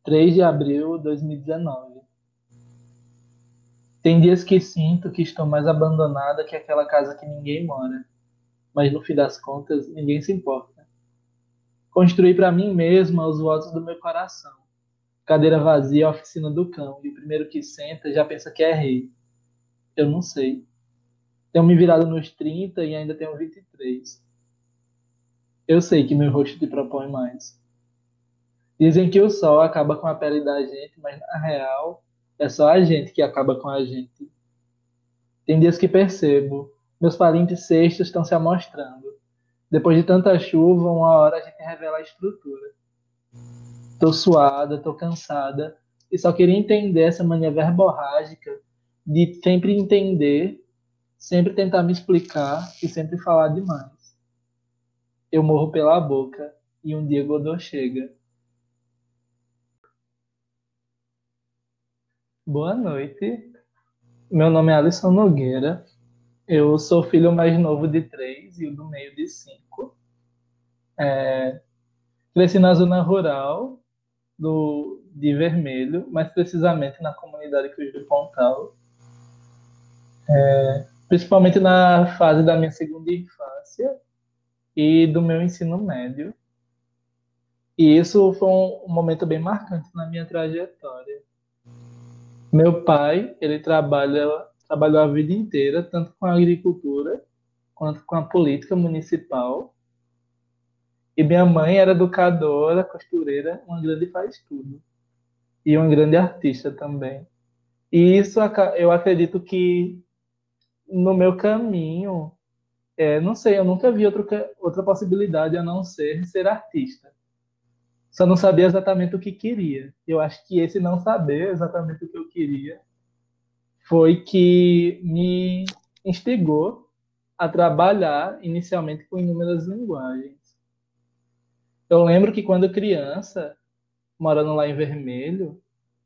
3 de abril de 2019. Tem dias que sinto que estou mais abandonada que aquela casa que ninguém mora, mas no fim das contas, ninguém se importa. Construí para mim mesma os votos do meu coração. Cadeira vazia, oficina do cão, e o primeiro que senta já pensa que é rei. Eu não sei. Tenho me virado nos 30 e ainda tenho 23. Eu sei que meu rosto te propõe mais. Dizem que o sol acaba com a pele da gente, mas na real é só a gente que acaba com a gente. Tem dias que percebo, meus palimpsestos estão se amostrando. Depois de tanta chuva, uma hora a gente revela a estrutura. Tô suada, tô cansada, e só queria entender essa mania verborrágica de sempre entender, sempre tentar me explicar e sempre falar demais. Eu morro pela boca e um dia Godot chega. Boa noite. Meu nome é Alisson Nogueira. Eu sou o filho mais novo de três e o do meio de cinco. Cresci na zona rural de Vermelho, mais precisamente na comunidade Cruz do Pontal, principalmente na fase da minha segunda infância e do meu ensino médio. E isso foi um momento bem marcante na minha trajetória. Meu pai, ele trabalhou a vida inteira, tanto com a agricultura quanto com a política municipal. E minha mãe era educadora, costureira, uma grande faz-tudo. E uma grande artista também. E isso eu acredito que no meu caminho, não sei, eu nunca vi outra possibilidade a não ser artista. Só não sabia exatamente o que queria. Eu acho que esse não saber exatamente o que eu queria foi que me instigou a trabalhar inicialmente com inúmeras linguagens. Eu lembro que quando criança, morando lá em Vermelho,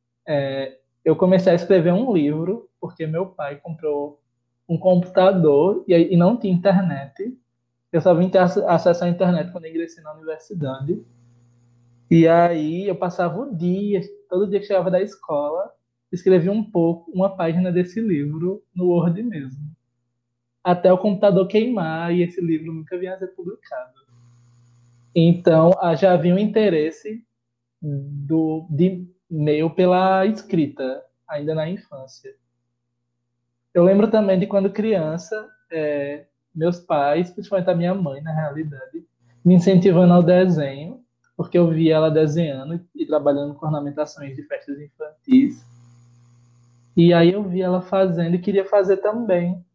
eu comecei a escrever um livro porque meu pai comprou um computador e não tinha internet. Eu só vim ter acesso à internet quando eu ingressei na universidade. E aí eu passava o dia, todo dia que chegava da escola, escrevia um pouco, uma página desse livro no Word mesmo. Até o computador queimar e esse livro nunca vinha a ser publicado. Então, já havia um interesse de meu pela escrita, ainda na infância. Eu lembro também de quando criança, meus pais, principalmente a minha mãe, na realidade, me incentivando ao desenho, porque eu via ela desenhando e trabalhando com ornamentações de festas infantis. E aí eu vi ela fazendo e queria fazer também.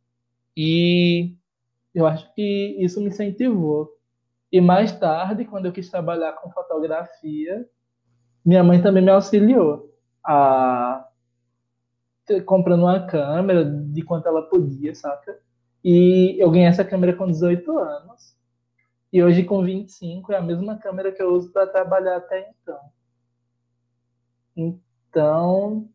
E eu acho que isso me incentivou. E mais tarde, quando eu quis trabalhar com fotografia, minha mãe também me auxiliou a comprando uma câmera de quanto ela podia, saca? E eu ganhei essa câmera com 18 anos. E hoje, com 25, é a mesma câmera que eu uso para trabalhar até então. Então,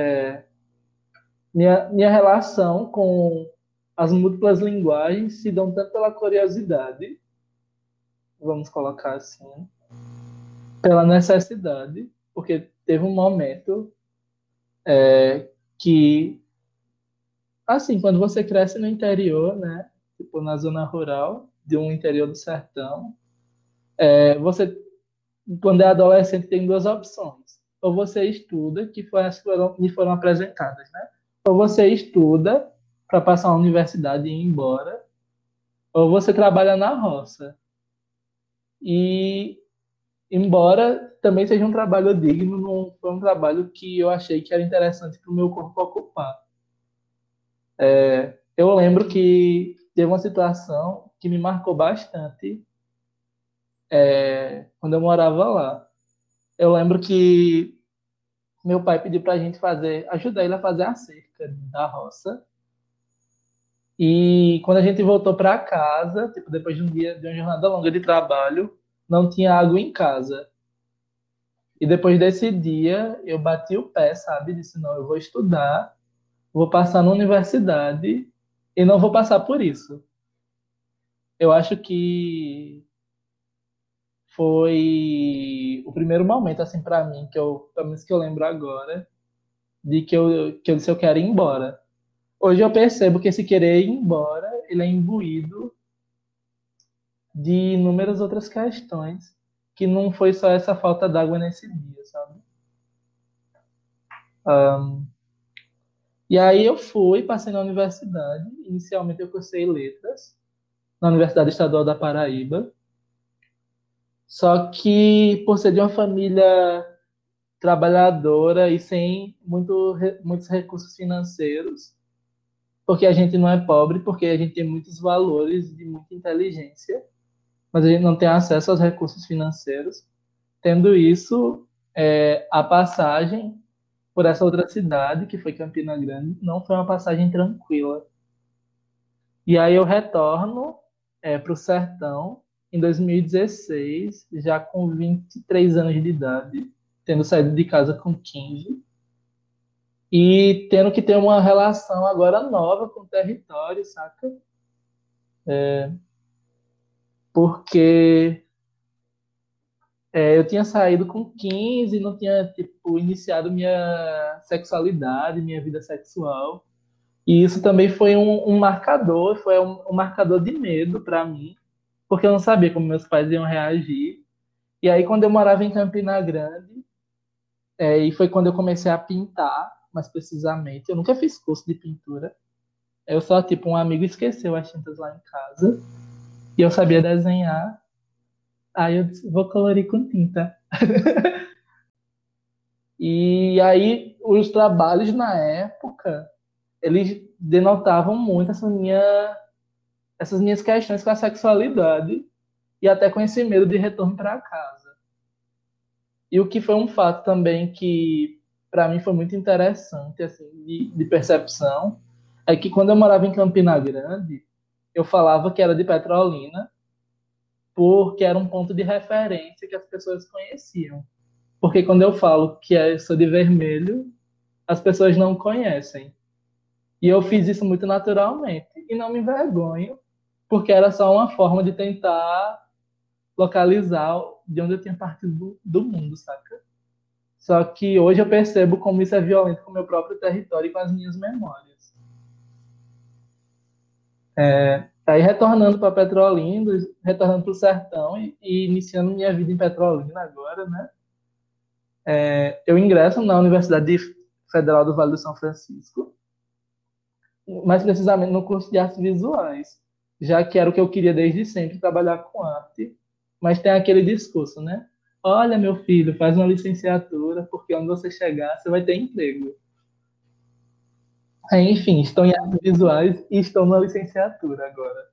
minha relação com as múltiplas linguagens se dão tanto pela curiosidade, vamos colocar assim, pela necessidade, porque teve um momento que, assim, quando você cresce no interior, né, tipo na zona rural, de um interior do sertão, você, quando é adolescente, tem duas opções. Ou você estuda, que foi as que me foram apresentadas, né? Ou você estuda para passar uma universidade e ir embora, ou você trabalha na roça. E, embora também seja um trabalho digno, não foi um trabalho que eu achei que era interessante para o meu corpo ocupar. Eu lembro que teve uma situação que me marcou bastante quando eu morava lá. Eu lembro que meu pai pediu para a gente ajudar ele a fazer a cerca da roça. E quando a gente voltou para casa, tipo, depois de um dia, de uma jornada longa de trabalho, não tinha água em casa. E depois desse dia, eu bati o pé, sabe? Disse, não, eu vou estudar, vou passar na universidade e não vou passar por isso. Eu acho que foi o primeiro momento, assim, para mim, pelo menos que eu lembro agora, de que eu disse eu quero ir embora. Hoje eu percebo que esse querer ir embora, ele é imbuído de inúmeras outras questões, que não foi só essa falta d'água nesse dia, sabe? E aí eu fui, passei na universidade. Inicialmente eu cursei letras na Universidade Estadual da Paraíba. Só que por ser de uma família trabalhadora e sem muitos recursos financeiros, porque a gente não é pobre, porque a gente tem muitos valores de muita inteligência, mas a gente não tem acesso aos recursos financeiros. Tendo isso, a passagem por essa outra cidade, que foi Campina Grande, não foi uma passagem tranquila. E aí eu retorno para o sertão em 2016, já com 23 anos de idade, tendo saído de casa com 15, e tendo que ter uma relação agora nova com o território, saca? Porque eu tinha saído com 15, não tinha, tipo, iniciado minha sexualidade, minha vida sexual. E isso também foi um marcador, foi um marcador de medo para mim, porque eu não sabia como meus pais iam reagir. E aí, quando eu morava em Campina Grande, e foi quando eu comecei a pintar, mais precisamente. Eu nunca fiz curso de pintura. Eu só, tipo, um amigo esqueceu as tintas lá em casa e eu sabia desenhar. Aí eu disse, vou colorir com tinta. E aí, os trabalhos na época, eles denotavam muito essas minhas questões com a sexualidade e até com esse medo de retorno para casa. E o que foi um fato também que para mim foi muito interessante assim de percepção é que quando eu morava em Campina Grande, eu falava que era de Petrolina porque era um ponto de referência que as pessoas conheciam. Porque quando eu falo que sou de Vermelho, as pessoas não conhecem. E eu fiz isso muito naturalmente e não me envergonho, porque era só uma forma de tentar localizar de onde eu tinha partido do mundo, saca? Só que hoje eu percebo como isso é violento com o meu próprio território e com as minhas memórias. Aí retornando para Petrolina, retornando para o sertão e iniciando minha vida em Petrolina agora, né? Eu ingresso na Universidade Federal do Vale do São Francisco, mais precisamente no curso de artes visuais, já que era o que eu queria desde sempre, trabalhar com arte. Mas tem aquele discurso, né? Olha, meu filho, faz uma licenciatura, porque onde você chegar, você vai ter emprego. Aí, enfim, estou em artes visuais e estou na licenciatura agora.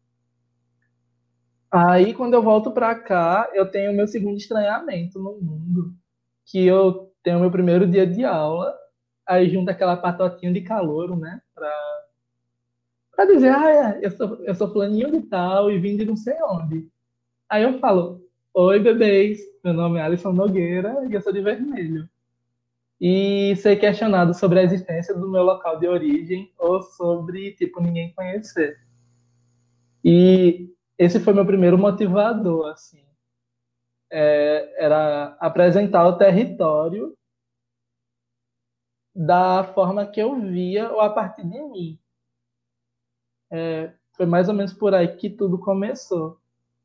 Aí, quando eu volto para cá, eu tenho o meu segundo estranhamento no mundo, que eu tenho o meu primeiro dia de aula, aí junto aquela patotinha de calouro, né? Pra dizer, eu sou fulaninho de tal e vim de não sei onde. Aí eu falo, oi, bebês, meu nome é Alisson Nogueira e eu sou de Vermelho. E ser questionado sobre a existência do meu local de origem ou sobre, tipo, ninguém conhecer. E esse foi meu primeiro motivador, assim. Era apresentar o território da forma que eu via ou a partir de mim. Foi mais ou menos por aí que tudo começou.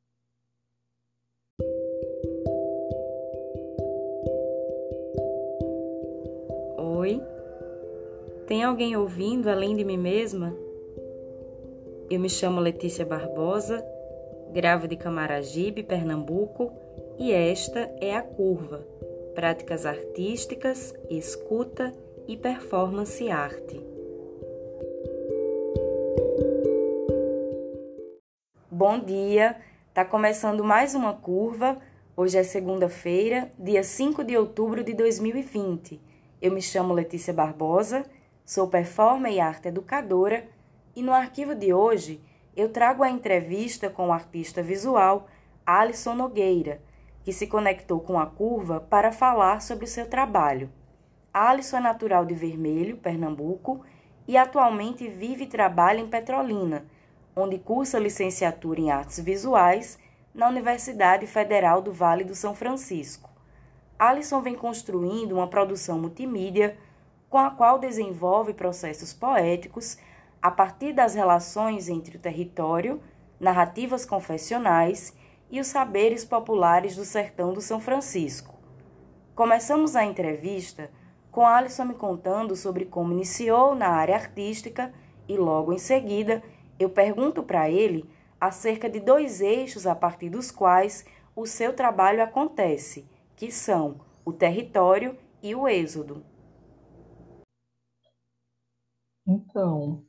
Oi, tem alguém ouvindo além de mim mesma? Eu me chamo Letícia Barbosa, gravo de Camaragibe, Pernambuco, e esta é a Curva, práticas artísticas, escuta e performance arte. Bom dia, tá começando mais uma Curva. Hoje é segunda-feira, dia 5 de outubro de 2020. Eu me chamo Letícia Barbosa, sou performer e arte educadora e no arquivo de hoje eu trago a entrevista com o artista visual Alisson Nogueira, que se conectou com a Curva para falar sobre o seu trabalho. Alisson é natural de Vermelho, Pernambuco, e atualmente vive e trabalha em Petrolina, onde cursa licenciatura em artes visuais na Universidade Federal do Vale do São Francisco. Alisson vem construindo uma produção multimídia com a qual desenvolve processos poéticos a partir das relações entre o território, narrativas confessionais e os saberes populares do sertão do São Francisco. Começamos a entrevista com Alisson me contando sobre como iniciou na área artística e logo em seguida eu pergunto para ele acerca de 2 eixos a partir dos quais o seu trabalho acontece, que são o território e o êxodo. Então,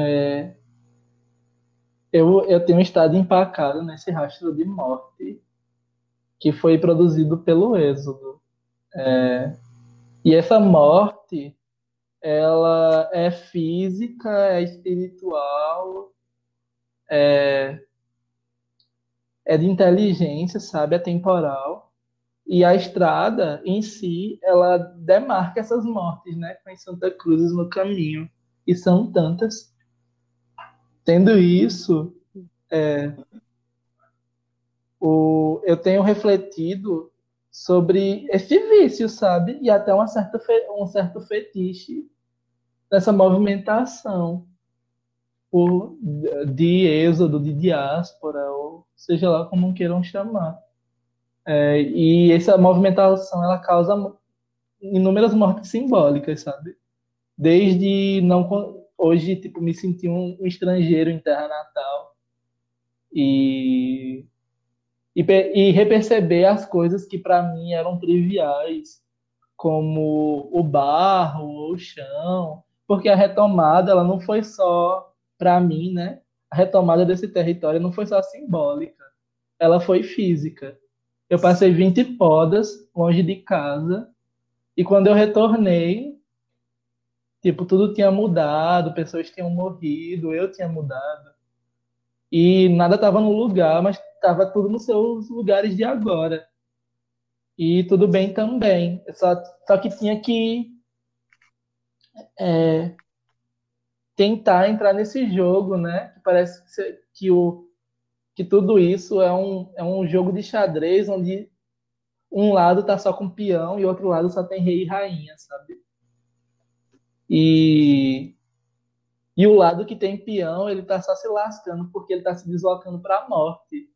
eu tenho estado empacado nesse rastro de morte que foi produzido pelo êxodo. E essa morte, ela é física, é espiritual, é de inteligência, sabe? É temporal. E a estrada em si, ela demarca essas mortes, né? Com as Santa Cruzes no caminho. E são tantas. Tendo isso, eu tenho refletido sobre esse vício, sabe? E até um certo fetiche nessa movimentação de êxodo, de diáspora, ou seja lá como queiram chamar. E essa movimentação, ela causa inúmeras mortes simbólicas, sabe? Desde não hoje, tipo, me sentir um estrangeiro em terra natal e e reperceber as coisas que para mim eram triviais, como o barro, o chão, porque a retomada ela não foi só para mim, né? A retomada desse território não foi só simbólica, ela foi física. Eu passei 20 podas longe de casa e quando eu retornei, tipo, tudo tinha mudado, pessoas tinham morrido, eu tinha mudado. E nada estava no lugar, mas estava tudo nos seus lugares de agora. E tudo bem também. Só que tinha que tentar entrar nesse jogo, né? Que parece que tudo isso é um jogo de xadrez onde um lado tá só com peão e o outro lado só tem rei e rainha, sabe? E, e o lado que tem peão, ele tá só se lascando porque ele tá se deslocando para a morte.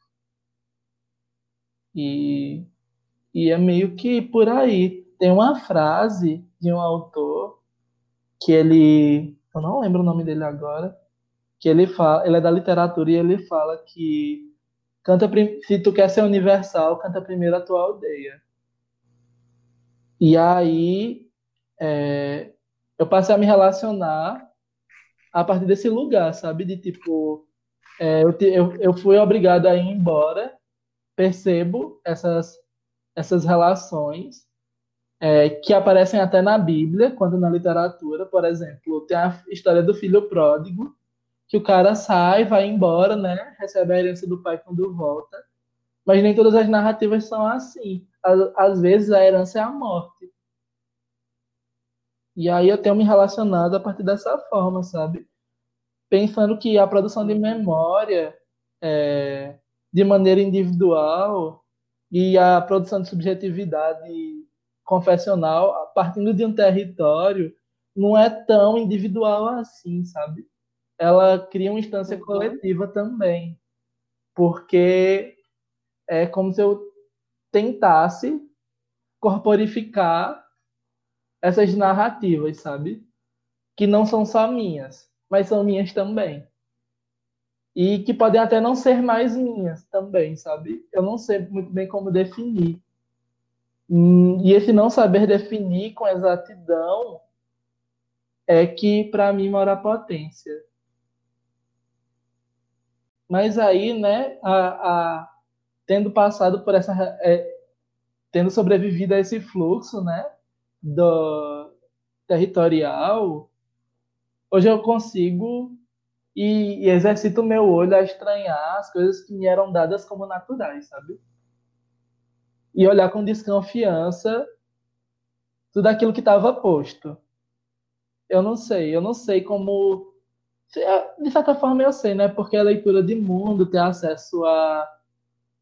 E, e é meio que por aí. Tem uma frase de um autor que eu não lembro o nome dele agora, que ele fala, ele é da literatura e ele fala que se tu quer ser universal, canta primeiro a tua aldeia. E aí é, eu passei a me relacionar a partir desse lugar, sabe? De tipo, eu fui obrigado a ir embora, percebo essas relações que aparecem até na Bíblia, quanto na literatura, por exemplo, tem a história do filho pródigo, que o cara sai, vai embora, né? Recebe a herança do pai quando volta. Mas nem todas as narrativas são assim. Às vezes a herança é a morte. E aí eu tenho me relacionado a partir dessa forma, sabe? Pensando que a produção de memória, de maneira individual, e a produção de subjetividade confessional, partindo de um território, não é tão individual assim, sabe? Ela cria uma instância coletiva também, porque é como se eu tentasse corporificar essas narrativas, sabe? Que não são só minhas, mas são minhas também. E que podem até não ser mais minhas também, sabe? Eu não sei muito bem como definir. E esse não saber definir com exatidão é que, para mim, mora a potência. Mas aí, né, tendo passado por tendo sobrevivido a esse fluxo, né, do territorial, hoje eu consigo e exercito o meu olho a estranhar as coisas que me eram dadas como naturais, sabe? E olhar com desconfiança tudo aquilo que estava posto. Eu não sei como. De certa forma eu sei, né? Porque a leitura de mundo, ter acesso a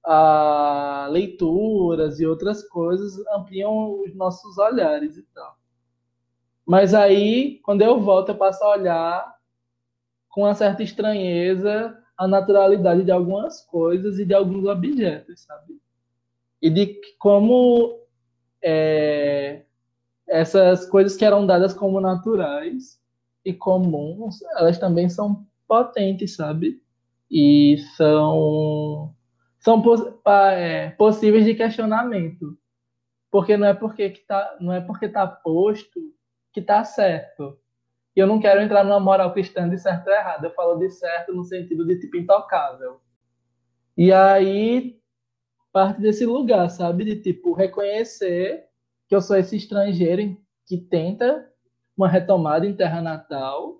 a leituras e outras coisas ampliam os nossos olhares e tal. Mas aí, quando eu volto, eu passo a olhar com uma certa estranheza a naturalidade de algumas coisas e de alguns objetos, sabe? E de como essas coisas que eram dadas como naturais e comuns, elas também são potentes, sabe? E são possíveis de questionamento, porque não é porque tá posto que tá certo. E eu não quero entrar numa moral cristã de certo ou errado. Eu falo de certo no sentido de tipo intocável. E aí parte desse lugar, sabe? De tipo reconhecer que eu sou esse estrangeiro que tenta uma retomada em terra natal,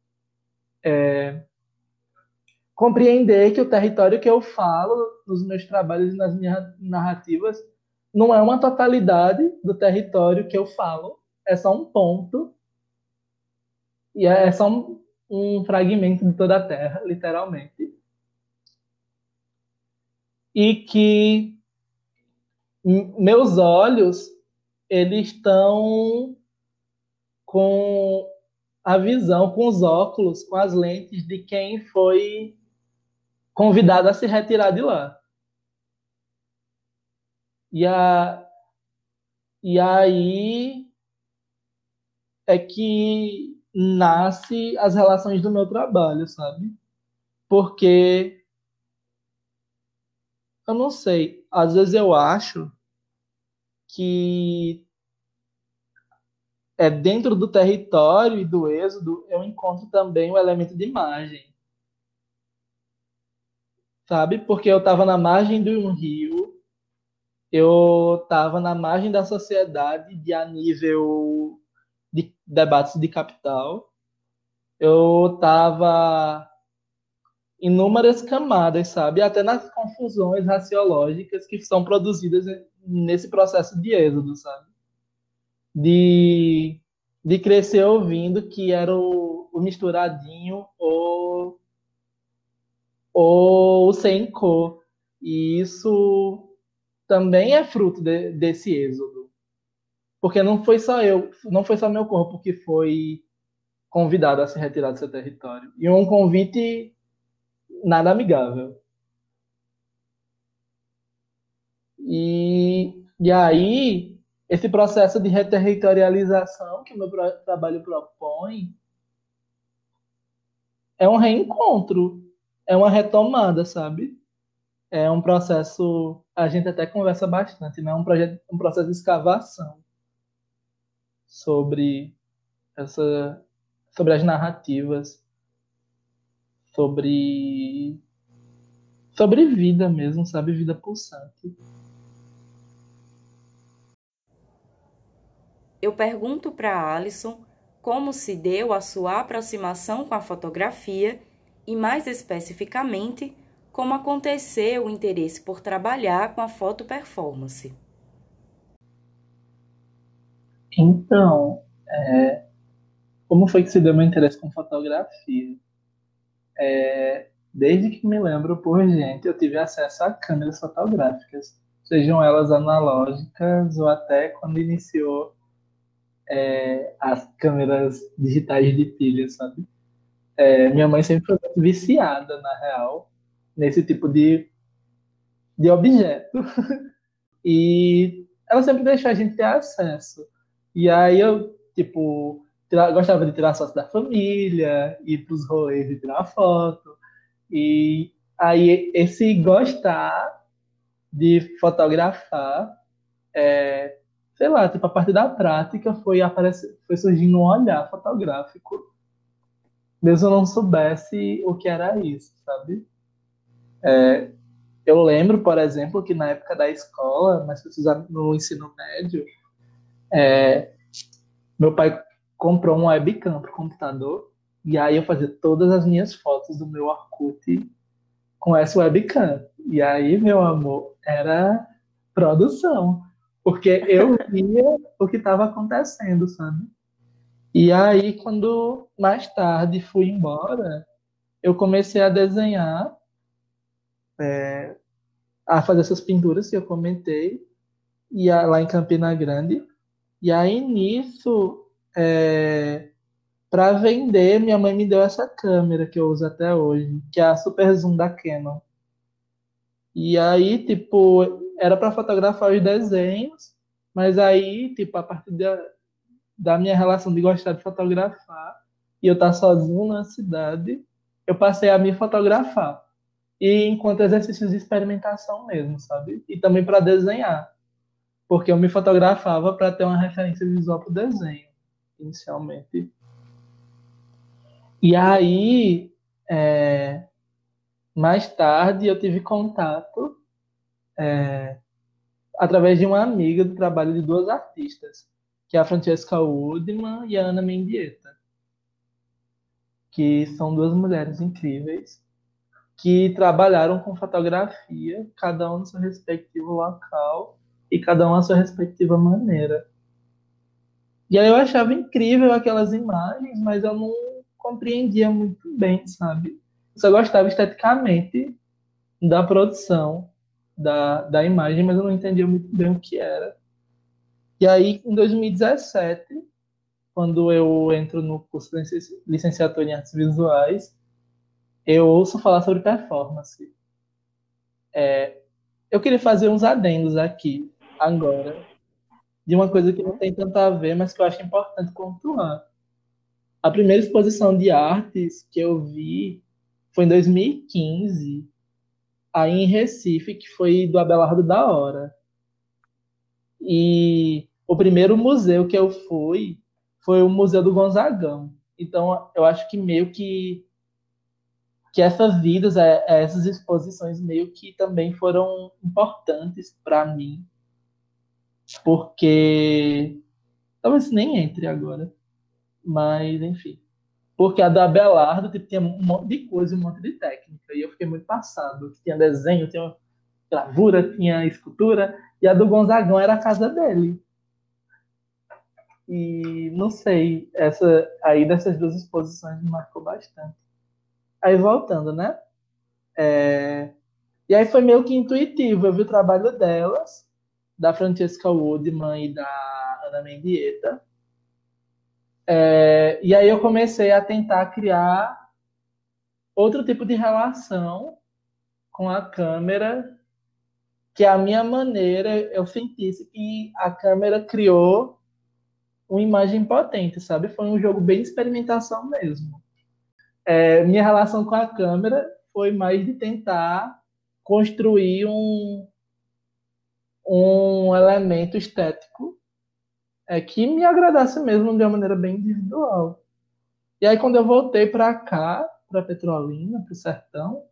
compreender que o território que eu falo nos meus trabalhos e nas minhas narrativas não é uma totalidade do território que eu falo, é só um ponto e é só um fragmento de toda a terra, literalmente. E que meus olhos eles estão com a visão, com os óculos, com as lentes de quem foi convidado a se retirar de lá. E, a, e aí é que nasce as relações do meu trabalho, sabe? Porque eu não sei, às vezes eu acho que dentro do território e do êxodo eu encontro também o elemento de imagem, sabe? Porque eu estava na margem de um rio, eu estava na margem da sociedade de a nível de debates de capital, eu estava inúmeras camadas, sabe? Até nas confusões raciológicas que são produzidas nesse processo de êxodo, sabe? De, de crescer ouvindo que era o misturadinho ou o sem cor. E isso também é fruto desse êxodo. Porque não foi só eu, não foi só meu corpo que foi convidado a se retirar do seu território. E um convite nada amigável. E aí, esse processo de reterritorialização que o meu trabalho propõe é um reencontro, é uma retomada, sabe? É um processo, a gente até conversa bastante, né? Um processo de escavação sobre essa, sobre as narrativas, sobre, sobre vida mesmo, sabe? Vida pulsante. Eu pergunto para Alison como se deu a sua aproximação com a fotografia e, mais especificamente, como aconteceu o interesse por trabalhar com a foto performance. Então, como foi que se deu meu interesse com fotografia? Desde que me lembro por gente, eu tive acesso a câmeras fotográficas, sejam elas analógicas ou até quando iniciou as câmeras digitais de pilha, sabe? Minha mãe sempre foi muito viciada, na real, nesse tipo de objeto. E ela sempre deixou a gente ter acesso. E aí eu, tipo, gostava de tirar fotos da família, ir pros rolês e tirar foto. E aí esse gostar de fotografar, sei lá, tipo, a partir da prática foi surgindo um olhar fotográfico, mesmo eu não soubesse o que era isso, sabe? Eu lembro, por exemplo, que na época da escola, mais precisamente no ensino médio, meu pai comprou um webcam pro computador, e aí eu fazia todas as minhas fotos do meu Orkut com essa webcam. E aí, meu amor, era produção. Porque eu via o que estava acontecendo, sabe? E aí, quando mais tarde fui embora, eu comecei a desenhar a fazer essas pinturas que eu comentei, lá em Campina Grande. E aí, nisso, para vender, minha mãe me deu essa câmera que eu uso até hoje, que é a Super Zoom da Canon. E aí, tipo, era para fotografar os desenhos, mas aí, tipo, a partir da minha relação de gostar de fotografar e eu estar sozinho na cidade, eu passei a me fotografar. E enquanto exercícios de experimentação mesmo, sabe? E também para desenhar, porque eu me fotografava para ter uma referência visual para o desenho, inicialmente. E aí, é, mais tarde, eu tive contato através de uma amiga do trabalho de duas artistas, que é a Francesca Woodman e a Ana Mendieta, que são duas mulheres incríveis que trabalharam com fotografia, cada um no seu respectivo local e cada um à sua respectiva maneira. E aí eu achava incrível aquelas imagens, mas eu não compreendia muito bem, sabe? Eu só gostava esteticamente da produção da imagem, mas eu não entendia muito bem o que era. E aí, em 2017, quando eu entro no curso de licenciatura em artes visuais, eu ouço falar sobre performance. Eu queria fazer uns adendos aqui, agora, de uma coisa que não tem tanto a ver, mas que eu acho importante pontuar. A primeira exposição de artes que eu vi foi em 2015, aí em Recife, que foi do Abelardo da Hora. E o primeiro museu que eu fui foi o Museu do Gonzagão. Então, eu acho que meio que essas vidas, essas exposições meio que também foram importantes para mim, porque talvez nem entre agora, mas enfim. Porque a da Abelardo tipo, tinha um monte de coisa, um monte de técnica, e eu fiquei muito passado. Tinha desenho, tinha gravura, tinha escultura, e a do Gonzagão era a casa dele. E não sei, essa aí dessas duas exposições me marcou bastante. Aí voltando, né? E aí foi meio que intuitivo. Eu vi o trabalho delas, da Francesca Woodman e da Ana Mendieta. E aí eu comecei a tentar criar outro tipo de relação com a câmera, que a minha maneira, eu sentisse que a câmera criou uma imagem potente, sabe? Foi um jogo bem de experimentação mesmo. Minha relação com a câmera foi mais de tentar construir um elemento estético que me agradasse mesmo de uma maneira bem individual. E aí, quando eu voltei para cá, para Petrolina, para o sertão,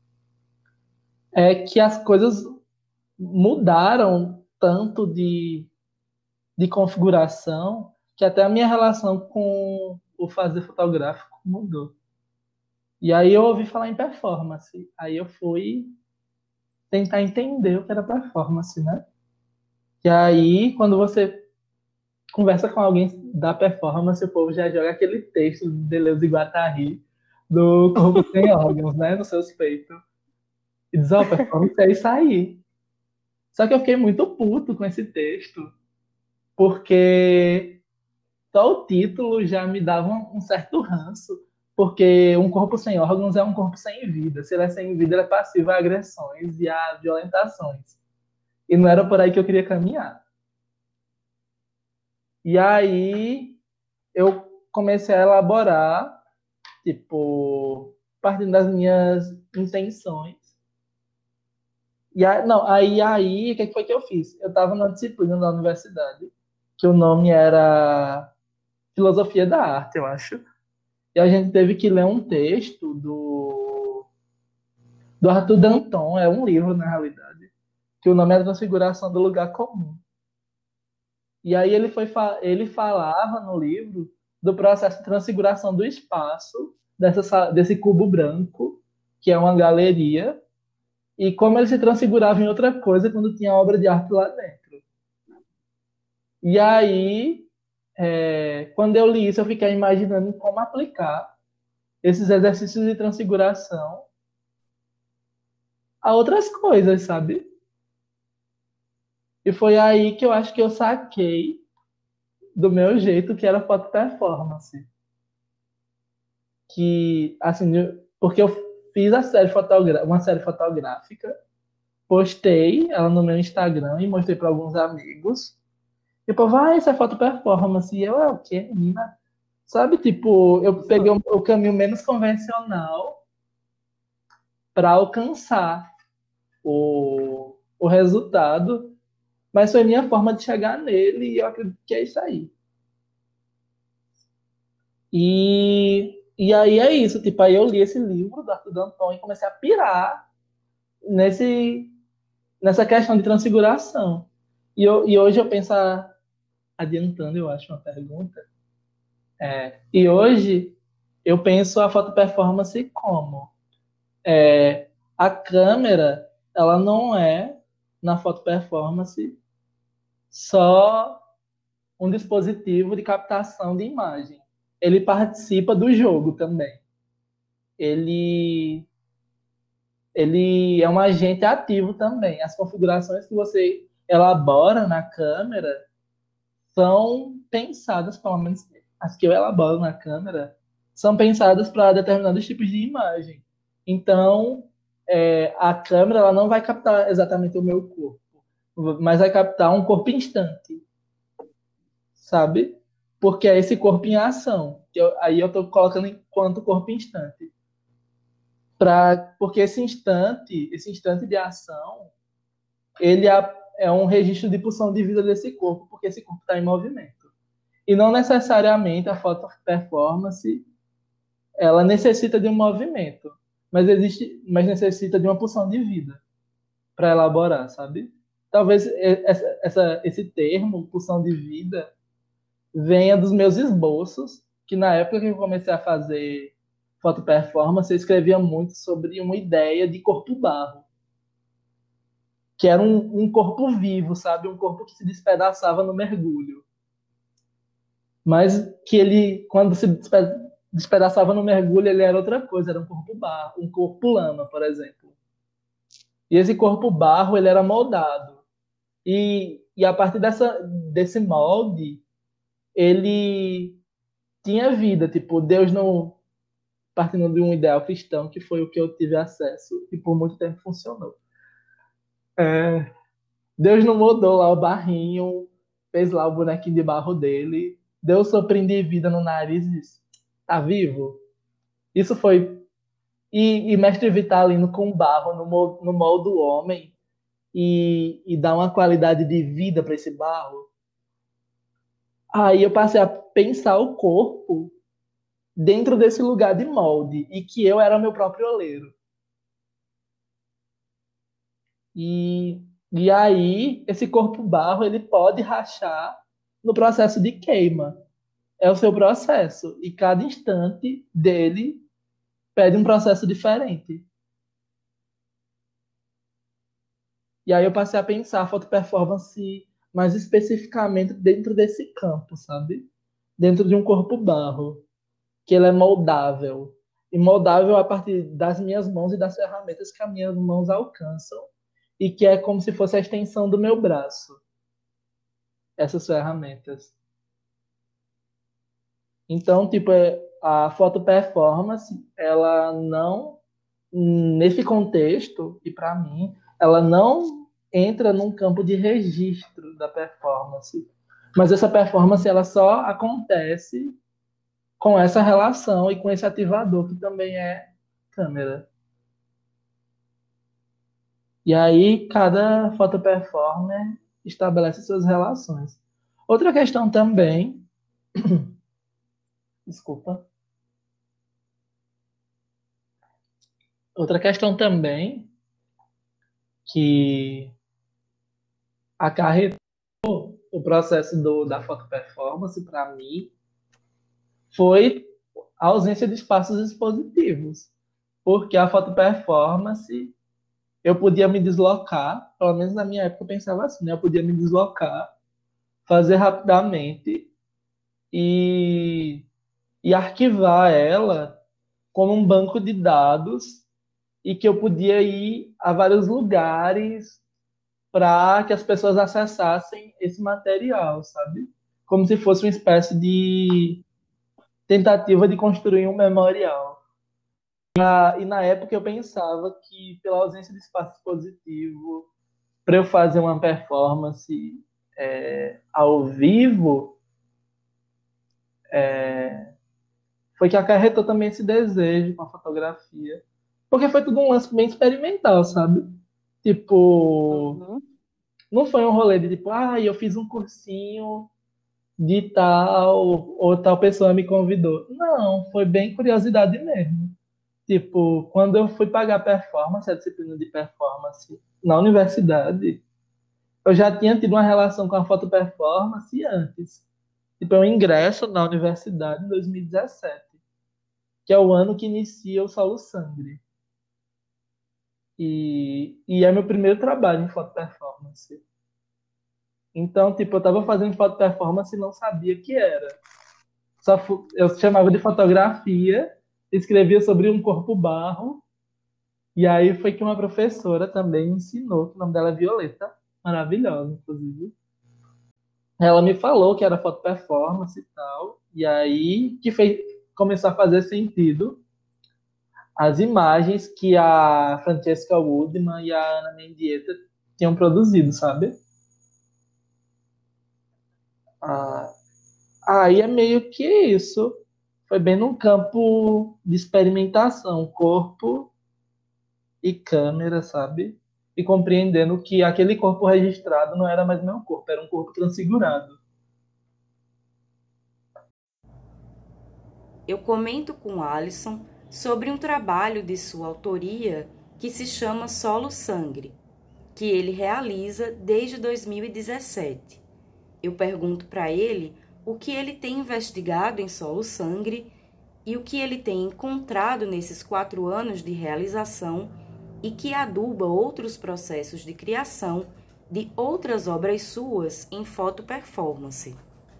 é que as coisas mudaram tanto de configuração que até a minha relação com o fazer fotográfico mudou. E aí eu ouvi falar em performance. Aí eu fui tentar entender o que era performance, né? E aí, quando você conversa com alguém da performance, o povo já joga aquele texto de Deleuze e Guattari do corpo sem órgãos, né? Nos seus peitos. E diz, ó, performance é isso aí. Só que eu fiquei muito puto com esse texto, porque só o título já me dava um certo ranço, porque um corpo sem órgãos é um corpo sem vida. Se ele é sem vida, ele é passivo a agressões e a violentações. E não era por aí que eu queria caminhar. E aí eu comecei a elaborar, tipo, partindo das minhas intenções. E aí, não, o que foi que eu fiz? Eu estava numa disciplina da universidade, que o nome era Filosofia da Arte, eu acho. E a gente teve que ler um texto do Arthur Danton, é um livro, na realidade, que o nome é Transfiguração do Lugar Comum. E aí ele falava no livro do processo de transfiguração do espaço, desse cubo branco, que é uma galeria, e como ele se transfigurava em outra coisa quando tinha obra de arte lá dentro. E aí, quando eu li isso, eu fiquei imaginando como aplicar esses exercícios de transfiguração a outras coisas, sabe? E foi aí que eu acho que eu saquei do meu jeito que era foto performance. Que, assim, porque eu fiz uma série fotográfica, postei ela no meu Instagram e mostrei para alguns amigos. E o povo, isso é foto performance. E eu, é o quê, menina? Sabe, tipo, eu peguei o caminho menos convencional para alcançar o resultado, mas foi minha forma de chegar nele e eu acredito que é isso aí. E aí é isso, tipo, aí eu li esse livro do Arthur Danton e comecei a pirar nesse, nessa questão de transfiguração. E hoje eu penso, adiantando, eu acho, uma pergunta, e hoje eu penso a foto performance como? A câmera, ela não é, na foto performance, só um dispositivo de captação de imagem. Ele participa do jogo também. Ele, ele é um agente ativo também. As configurações que você elabora na câmera são pensadas, pelo menos as que eu elaboro na câmera, são pensadas para determinados tipos de imagem. Então, a câmera ela não vai captar exatamente o meu corpo, mas vai captar um corpo instante, sabe? Porque é esse corpo em ação. Aí eu estou colocando enquanto corpo instante. Porque esse instante de ação, ele é um registro de pulsão de vida desse corpo, porque esse corpo está em movimento. E não necessariamente a foto performance ela necessita de um movimento, mas necessita de uma pulsão de vida para elaborar, sabe? Talvez esse termo, pulsão de vida, venha dos meus esboços, que na época que eu comecei a fazer foto performance, eu escrevia muito sobre uma ideia de corpo barro, que era um corpo vivo, sabe? Um corpo que se despedaçava no mergulho. Mas que ele, quando se despedaçava no mergulho, ele era outra coisa, era um corpo barro, um corpo lama, por exemplo. E esse corpo barro, ele era moldado. E a partir desse molde, ele tinha vida. Tipo, Deus não, partindo de um ideal cristão, que foi o que eu tive acesso e por muito tempo funcionou. Deus não mudou lá o barrinho, fez lá o bonequinho de barro dele, deu soprinho de vida no nariz e disse, tá vivo? Isso foi. E Mestre Vitalino com barro no molde do homem e dá uma qualidade de vida para esse barro. Aí eu passei a pensar o corpo dentro desse lugar de molde e que eu era meu próprio oleiro. E, e aí esse corpo barro ele pode rachar no processo de queima. É o seu processo e cada instante dele pede um processo diferente. E aí eu passei a pensar a foto performance mais especificamente dentro desse campo, sabe? Dentro de um corpo barro, que ele é moldável. E moldável a partir das minhas mãos e das ferramentas que as minhas mãos alcançam. E que é como se fosse a extensão do meu braço, essas ferramentas. Então, tipo, a foto performance, ela não, nesse contexto, e para mim, ela não entra num campo de registro da performance. Mas essa performance, ela só acontece com essa relação e com esse ativador, que também é câmera. E aí, cada foto performer estabelece suas relações. Outra questão também, desculpa, outra questão também que acarretou o processo da foto performance para mim foi a ausência de espaços expositivos, porque a foto performance eu podia me deslocar, pelo menos na minha época eu pensava assim, né? Eu podia me deslocar, fazer rapidamente e, e arquivar ela como um banco de dados e que eu podia ir a vários lugares para que as pessoas acessassem esse material, sabe? Como se fosse uma espécie de tentativa de construir um memorial. E na época eu pensava que, pela ausência de espaço expositivo, para eu fazer uma performance ao vivo, foi que acarretou também esse desejo com a fotografia. Porque foi tudo um lance bem experimental, sabe? Tipo, Uhum. não foi um rolê de tipo, eu fiz um cursinho de tal, ou tal pessoa me convidou. Não, foi bem curiosidade mesmo. Tipo, quando eu fui pagar performance, a disciplina de performance na universidade, eu já tinha tido uma relação com a foto performance antes. Tipo, eu ingresso na universidade em 2017, que é o ano que inicia o Solo Sangre. E é meu primeiro trabalho em foto performance. Então, tipo, eu tava fazendo foto performance e não sabia o que era. Eu chamava de fotografia, escrevia sobre um corpo barro, e aí foi que uma professora também me ensinou, que o nome dela é Violeta, maravilhosa, inclusive. Ela me falou que era foto performance e tal, e aí que fez começar a fazer sentido as imagens que a Francesca Woodman e a Ana Mendieta tinham produzido, sabe? Ah, aí é meio que isso. Foi bem num campo de experimentação, corpo e câmera, sabe? E compreendendo que aquele corpo registrado não era mais meu corpo, era um corpo transfigurado. Eu comento com Alisson sobre um trabalho de sua autoria que se chama Solo Sangre, que ele realiza desde 2017. Eu pergunto para ele o que ele tem investigado em Solo Sangre e o que ele tem encontrado nesses 4 anos de realização e que aduba outros processos de criação de outras obras suas em foto performance.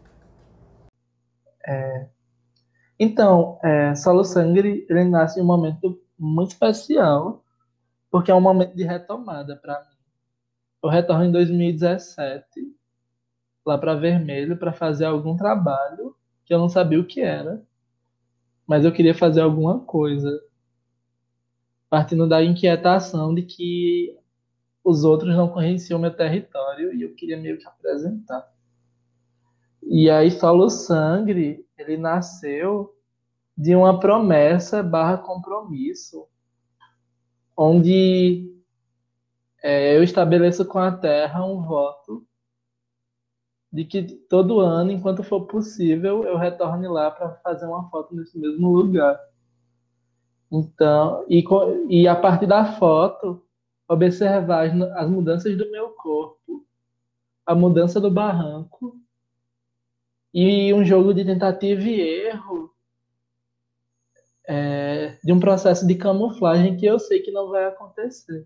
Então, Solo Sangre, ele nasce em um momento muito especial, porque é um momento de retomada para mim. Eu retorno em 2017, lá para Vermelho, para fazer algum trabalho que eu não sabia o que era, mas eu queria fazer alguma coisa, partindo da inquietação de que os outros não conheciam meu território e eu queria meio que apresentar. E aí, Solo Sangre, ele nasceu de uma promessa barra compromisso, onde eu estabeleço com a Terra um voto de que todo ano, enquanto for possível, eu retorne lá para fazer uma foto nesse mesmo lugar. Então, e a partir da foto, observar as mudanças do meu corpo, a mudança do barranco e um jogo de tentativa e erro de um processo de camuflagem que eu sei que não vai acontecer.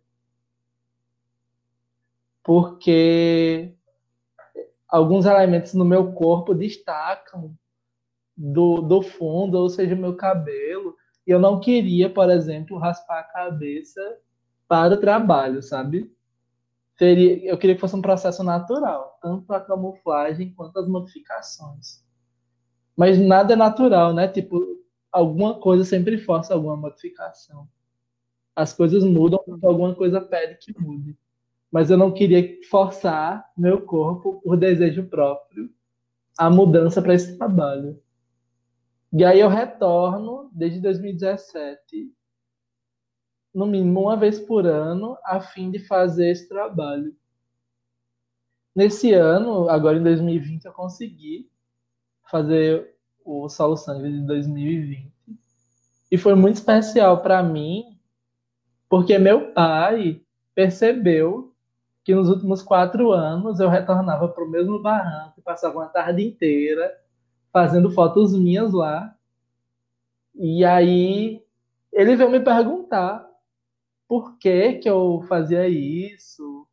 Porque alguns elementos no meu corpo destacam do fundo, ou seja, o meu cabelo. E eu não queria, por exemplo, raspar a cabeça para o trabalho, sabe? Eu queria que fosse um processo natural, tanto a camuflagem quanto as modificações. Mas nada é natural, né? Tipo, alguma coisa sempre força alguma modificação. As coisas mudam porque alguma coisa pede que mude. Mas eu não queria forçar meu corpo, por desejo próprio, a mudança para esse trabalho. E aí eu retorno desde 2017, no mínimo uma vez por ano, a fim de fazer esse trabalho. Nesse ano, agora em 2020, eu consegui fazer o Solo Sangue de 2020. E foi muito especial para mim, porque meu pai percebeu que nos últimos 4 anos eu retornava para o mesmo barranco, passava uma tarde inteira fazendo fotos minhas lá. E aí ele veio me perguntar por que que eu fazia isso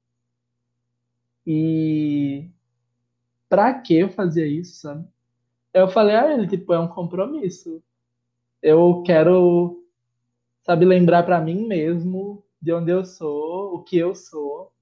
e para que eu fazia isso, sabe? Eu falei a ele, tipo, é um compromisso. Eu quero, sabe, lembrar para mim mesmo de onde eu sou, o que eu sou,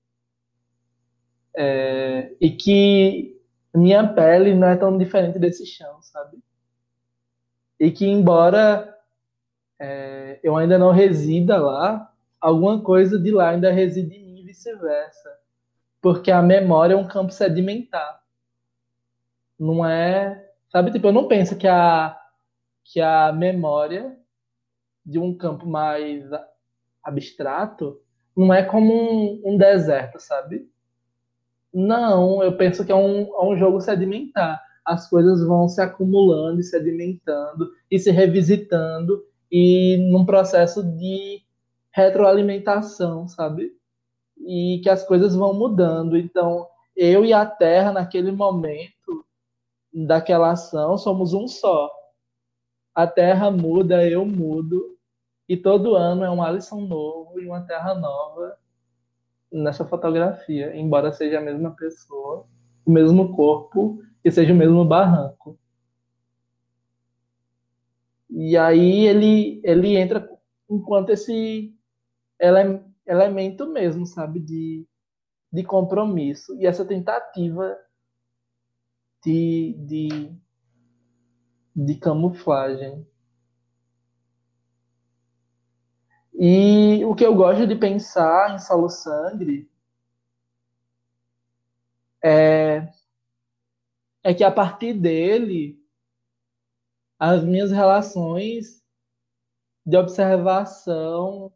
e que minha pele não é tão diferente desse chão, sabe? E que embora eu ainda não resida lá, alguma coisa de lá ainda reside em mim e vice-versa, porque a memória é um campo sedimentar, não é, sabe? Tipo, eu não penso que a memória de um campo mais abstrato não é como um deserto, sabe? Não, eu penso que é um jogo sedimentar. As coisas vão se acumulando e sedimentando e se revisitando e num processo de retroalimentação, sabe? E que as coisas vão mudando. Então, eu e a Terra, naquele momento daquela ação, somos um só. A Terra muda, eu mudo, e todo ano é um Alisson novo e uma Terra nova nessa fotografia, embora seja a mesma pessoa, o mesmo corpo e seja o mesmo barranco. E aí ele entra enquanto esse elemento mesmo, sabe, de compromisso. E essa tentativa de, de, de camuflagem. E o que eu gosto de pensar em Solo Sangre é que a partir dele, as minhas relações de observação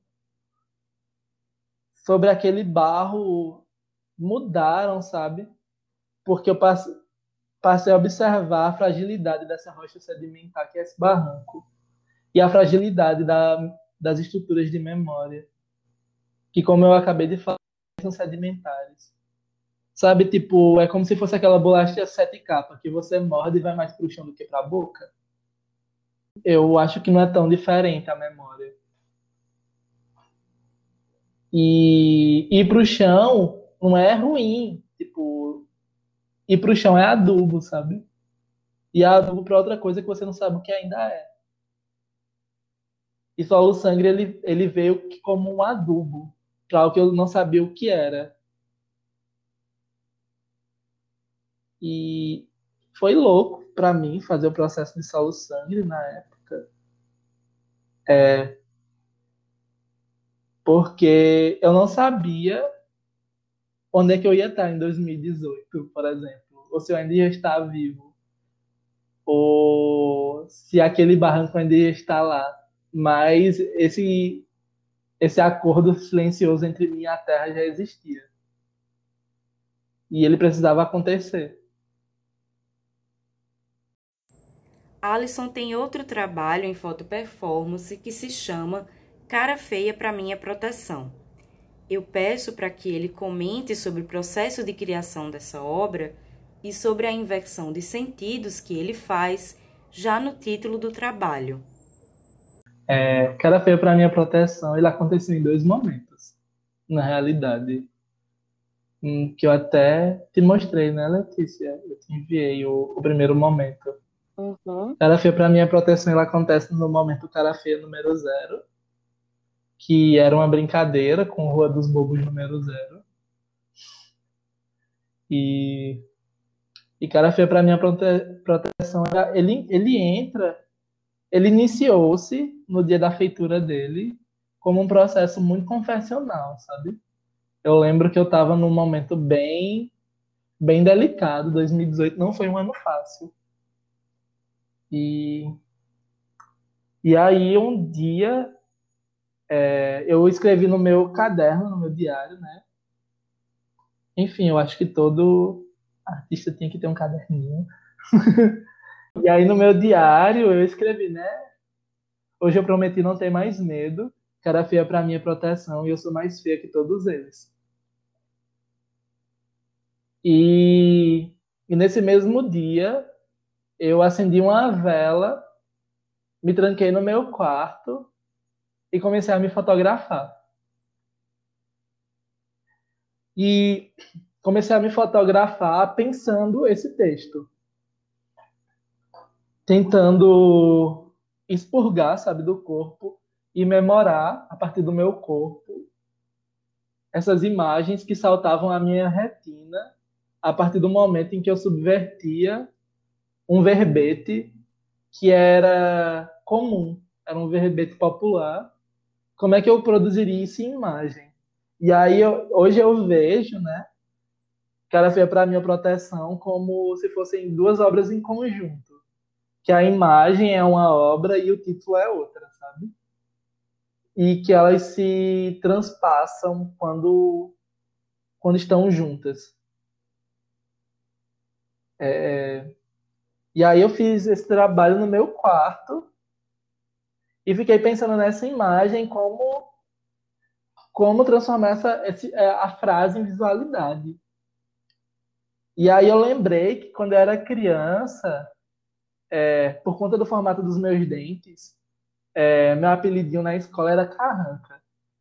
sobre aquele barro mudaram, sabe? Porque eu passei a observar a fragilidade dessa rocha sedimentar, que é esse barranco, e a fragilidade das estruturas de memória, que, como eu acabei de falar, são sedimentares. Sabe, tipo, é como se fosse aquela bolacha sete capa, que você morde e vai mais pro chão do que pra boca. Eu acho que não é tão diferente a memória. E ir pro chão não é ruim. Tipo, ir pro chão é adubo, sabe? E é adubo pra outra coisa que você não sabe o que ainda é. E só o sangue ele veio como um adubo para algo que eu não sabia o que era. E foi louco para mim fazer o processo de solo sangue na época, porque eu não sabia onde é que eu ia estar em 2018, por exemplo, ou se eu ainda ia estar vivo, ou se aquele barranco ainda ia estar lá. Mas esse acordo silencioso entre mim e a Terra já existia. E ele precisava acontecer. Alisson tem outro trabalho em foto performance que se chama Cara Feia para Minha Proteção. Eu peço para que ele comente sobre o processo de criação dessa obra e sobre a inversão de sentidos que ele faz já no título do trabalho. Cara feia para minha proteção, ele aconteceu em dois momentos, na realidade. Que eu até te mostrei, né, Letícia? Eu te enviei o primeiro momento. Uhum. Cara feia para minha proteção, ele acontece no momento cara feia número zero, que era uma brincadeira com Rua dos Bobos número zero. E, e cara feia para minha proteção, ele iniciou-se no dia da feitura dele como um processo muito confessional, sabe? Eu lembro que eu estava num momento bem delicado. 2018 não foi um ano fácil. E, e aí um dia eu escrevi no meu caderno, no meu diário, né? Enfim, eu acho que todo artista tinha que ter um caderninho. E aí no meu diário eu escrevi, né? Hoje eu prometi não ter mais medo. Cara feia pra mim é proteção e eu sou mais feia que todos eles. E, e nesse mesmo dia eu acendi uma vela, me tranquei no meu quarto e comecei a me fotografar. E comecei a me fotografar pensando esse texto, tentando expurgar, sabe, do corpo e memorar, a partir do meu corpo, essas imagens que saltavam à minha retina a partir do momento em que eu subvertia um verbete que era comum, era um verbete popular. Como é que eu produziria isso em imagem? E aí, hoje eu vejo, né, que ela foi para a minha proteção como se fossem duas obras em conjunto. Que a imagem é uma obra e o título é outra, sabe? E que elas se transpassam quando estão juntas. E aí eu fiz esse trabalho no meu quarto e fiquei pensando nessa imagem como transformar a frase em visualidade. E aí eu lembrei que quando eu era criança, por conta do formato dos meus dentes, meu apelidinho na escola era Carranca.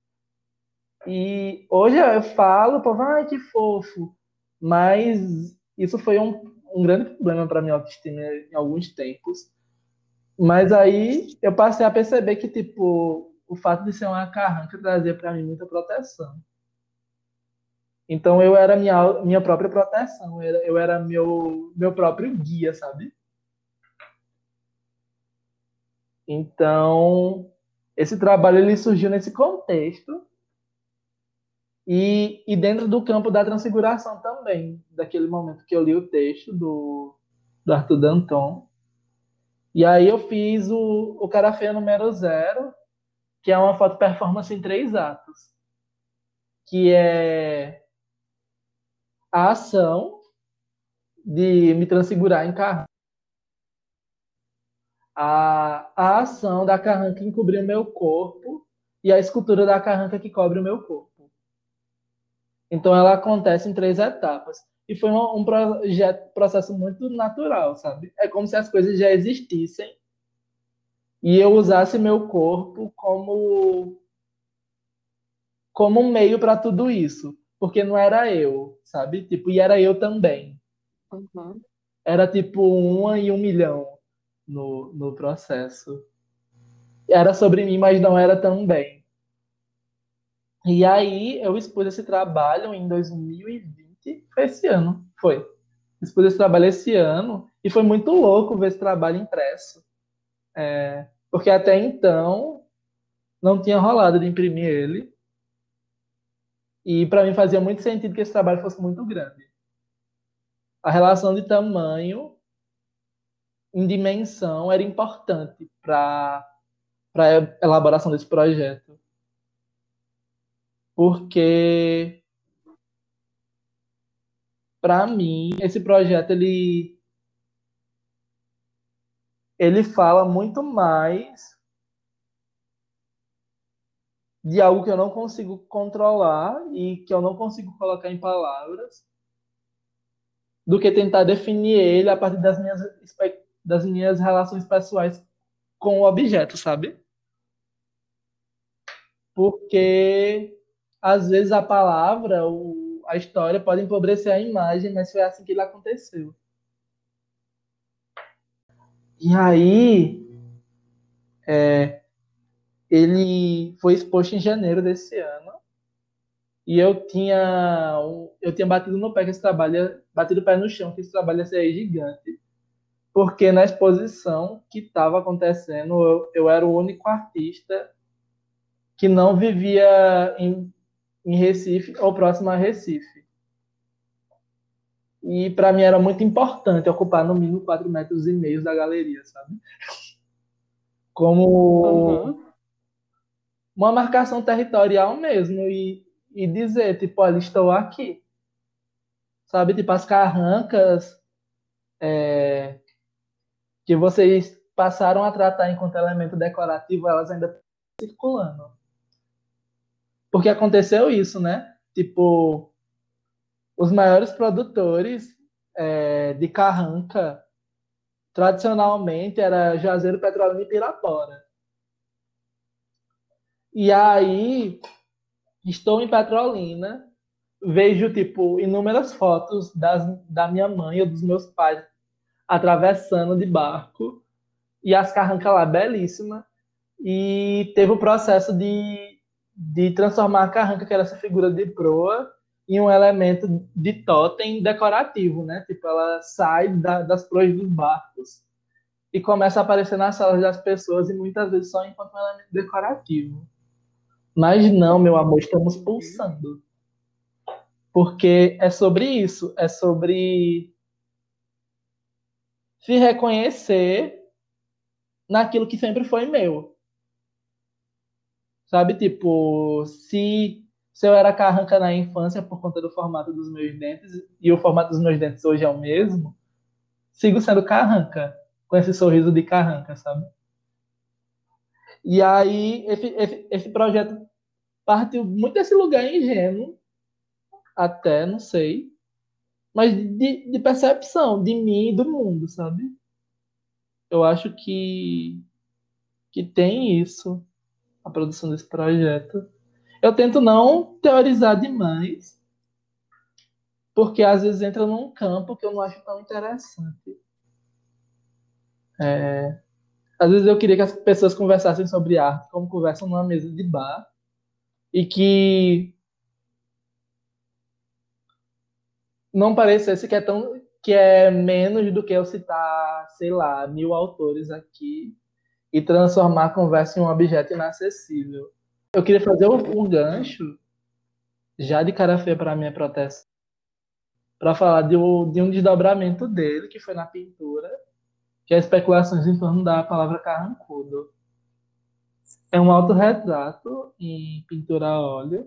E hoje eu falo, povo, ai, que fofo. Mas isso foi um grande problema para minha autoestima em alguns tempos. Mas aí eu passei a perceber que, tipo, o fato de ser uma carranca trazia para mim muita proteção. Então eu era minha própria proteção, eu era meu próprio guia, sabe? Então esse trabalho ele surgiu nesse contexto e dentro do campo da transfiguração também, daquele momento que eu li o texto do Arthur Danton. E aí eu fiz o Cara Feia número 0, que é uma foto performance em 3 atos, que é a ação de me transfigurar em carranca, a ação da carranca em cobrir o meu corpo e a escultura da carranca que cobre o meu corpo. Então ela acontece em 3 etapas. E foi um processo muito natural, sabe? É como se as coisas já existissem e eu usasse meu corpo como um meio para tudo isso. Porque não era eu, sabe? Tipo, e era eu também. Uhum. Era tipo 1 em 1 milhão no processo. Era sobre mim, mas não era tão bem. E aí eu expus esse trabalho em 2020, foi esse ano, foi. Expus esse trabalho esse ano e foi muito louco ver esse trabalho impresso, porque até então não tinha rolado de imprimir ele e para mim fazia muito sentido que esse trabalho fosse muito grande. A relação de tamanho em dimensão era importante para a elaboração desse projeto, porque para mim esse projeto ele fala muito mais de algo que eu não consigo controlar e que eu não consigo colocar em palavras, do que tentar definir ele a partir das minhas relações pessoais com o objeto, sabe? Porque às vezes a palavra, a história pode empobrecer a imagem, mas foi assim que ele aconteceu. E aí, ele foi exposto em janeiro desse ano. E eu tinha batido no pé que esse trabalho, batido o pé no chão que esse trabalho ia ser gigante, porque na exposição que estava acontecendo, eu era o único artista que não vivia em Recife ou próximo a Recife. E para mim era muito importante ocupar no mínimo 4,5 metros da galeria, sabe? Como Uhum. uma marcação territorial mesmo e dizer, tipo, olha, estou aqui, sabe? Tipo, as carrancas que vocês passaram a tratar enquanto elemento decorativo, elas ainda estão circulando. Porque aconteceu isso, né? Tipo, os maiores produtores de carranca, tradicionalmente, era Juazeiro, Petrolina e Pirapora. E aí, estou em Petrolina, vejo, tipo, inúmeras fotos da minha mãe ou dos meus pais atravessando de barco, e as carrancas lá, belíssimas. e teve o processo de transformar a carranca, que era essa figura de proa, em um elemento de totem decorativo, né? Tipo, ela sai das proas dos barcos e começa a aparecer nas salas das pessoas e muitas vezes só enquanto um elemento decorativo. Mas não, meu amor, estamos pulsando. Porque é sobre isso, é sobre se reconhecer naquilo que sempre foi meu. Sabe, tipo, se eu era carranca na infância por conta do formato dos meus dentes, e o formato dos meus dentes hoje é o mesmo, sigo sendo carranca, com esse sorriso de carranca, sabe? E aí, esse projeto partiu muito desse lugar ingênuo, até, não sei, mas de percepção de mim e do mundo, sabe? Eu acho que tem isso, a produção desse projeto. Eu tento não teorizar demais, porque às vezes entra num campo que eu não acho tão interessante. Às vezes eu queria que as pessoas conversassem sobre arte como conversam numa mesa de bar, e que não parecesse que é menos do que eu citar, sei lá, 1.000 autores aqui e transformar a conversa em um objeto inacessível. Eu queria fazer um gancho, já de cara feia para a minha proteção, para falar de um desdobramento dele, que foi na pintura, que é especulações em torno da palavra carrancudo. É um autorretrato em pintura a óleo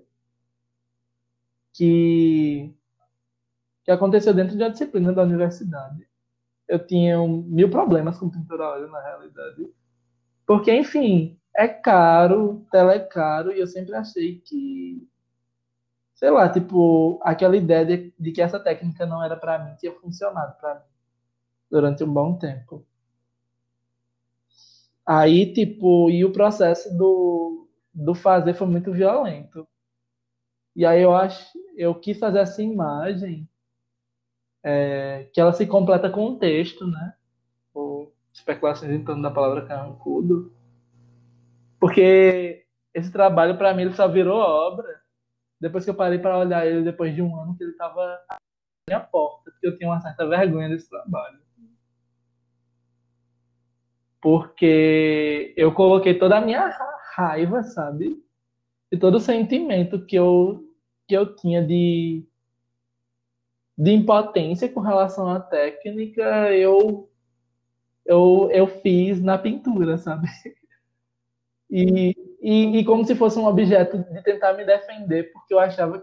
que, que aconteceu dentro de uma disciplina da universidade. Eu tinha 1.000 problemas com pintura a óleo, na realidade. Porque, enfim, é caro, tela é caro, e eu sempre achei que, sei lá, tipo, aquela ideia de que essa técnica não era para mim tinha funcionado para mim durante um bom tempo. Aí, tipo, e o processo do fazer foi muito violento. E aí eu quis fazer essa imagem, que ela se completa com um texto, né? Ou especulações em torno da palavra carrancudo. Porque esse trabalho, para mim, ele só virou obra depois que eu parei para olhar ele depois de um ano que ele estava à minha porta, porque eu tinha uma certa vergonha desse trabalho. Porque eu coloquei toda a minha raiva, sabe? E todo o sentimento que eu tinha de impotência com relação à técnica, eu fiz na pintura, sabe? E como se fosse um objeto de tentar me defender, porque eu achava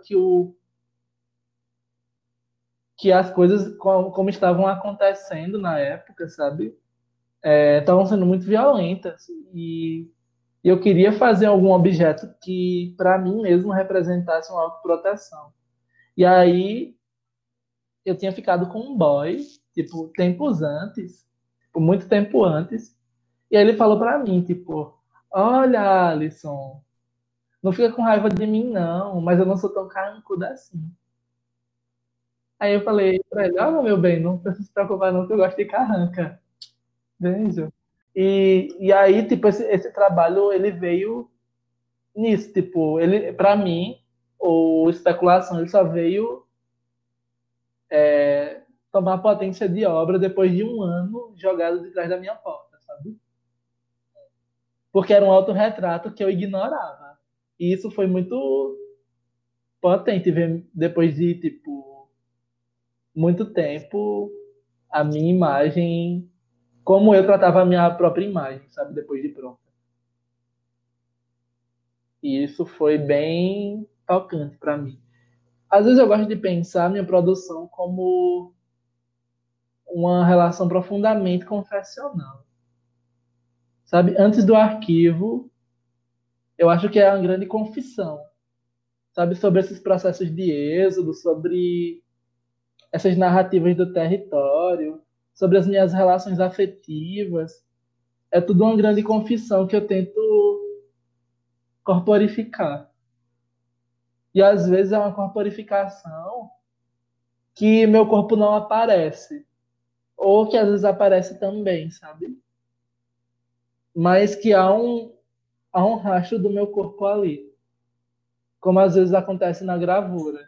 que as coisas como estavam acontecendo na época, sabe? Estavam sendo muito violentas. E eu queria fazer algum objeto que, para mim mesmo, representasse uma autoproteção. E aí eu tinha ficado com um boy, tipo, tempos antes, tipo, muito tempo antes. E aí ele falou para mim, tipo, olha, Alisson, não fica com raiva de mim, não, mas eu não sou tão carrancuda assim. Aí eu falei pra ele, olha, meu bem, não precisa se preocupar não, que eu gosto de carranca. Beijo. E aí, tipo, esse trabalho, ele veio nisso, tipo, ele, pra mim, o especulação, ele só veio tomar potência de obra depois de um ano jogado de trás da minha porta, sabe? Porque era um autorretrato que eu ignorava. E isso foi muito potente ver depois de, tipo, muito tempo a minha imagem, como eu tratava a minha própria imagem, sabe? Depois de pronta. E isso foi bem tocante para mim. Às vezes eu gosto de pensar minha produção como uma relação profundamente confessional. Sabe? Antes do arquivo, eu acho que é uma grande confissão. Sabe? Sobre esses processos de êxodo, sobre essas narrativas do território, sobre as minhas relações afetivas. É tudo uma grande confissão que eu tento corporificar. E às vezes é uma corporificação que meu corpo não aparece, ou que às vezes aparece também, sabe? Mas que há há um rastro do meu corpo ali, como às vezes acontece na gravura.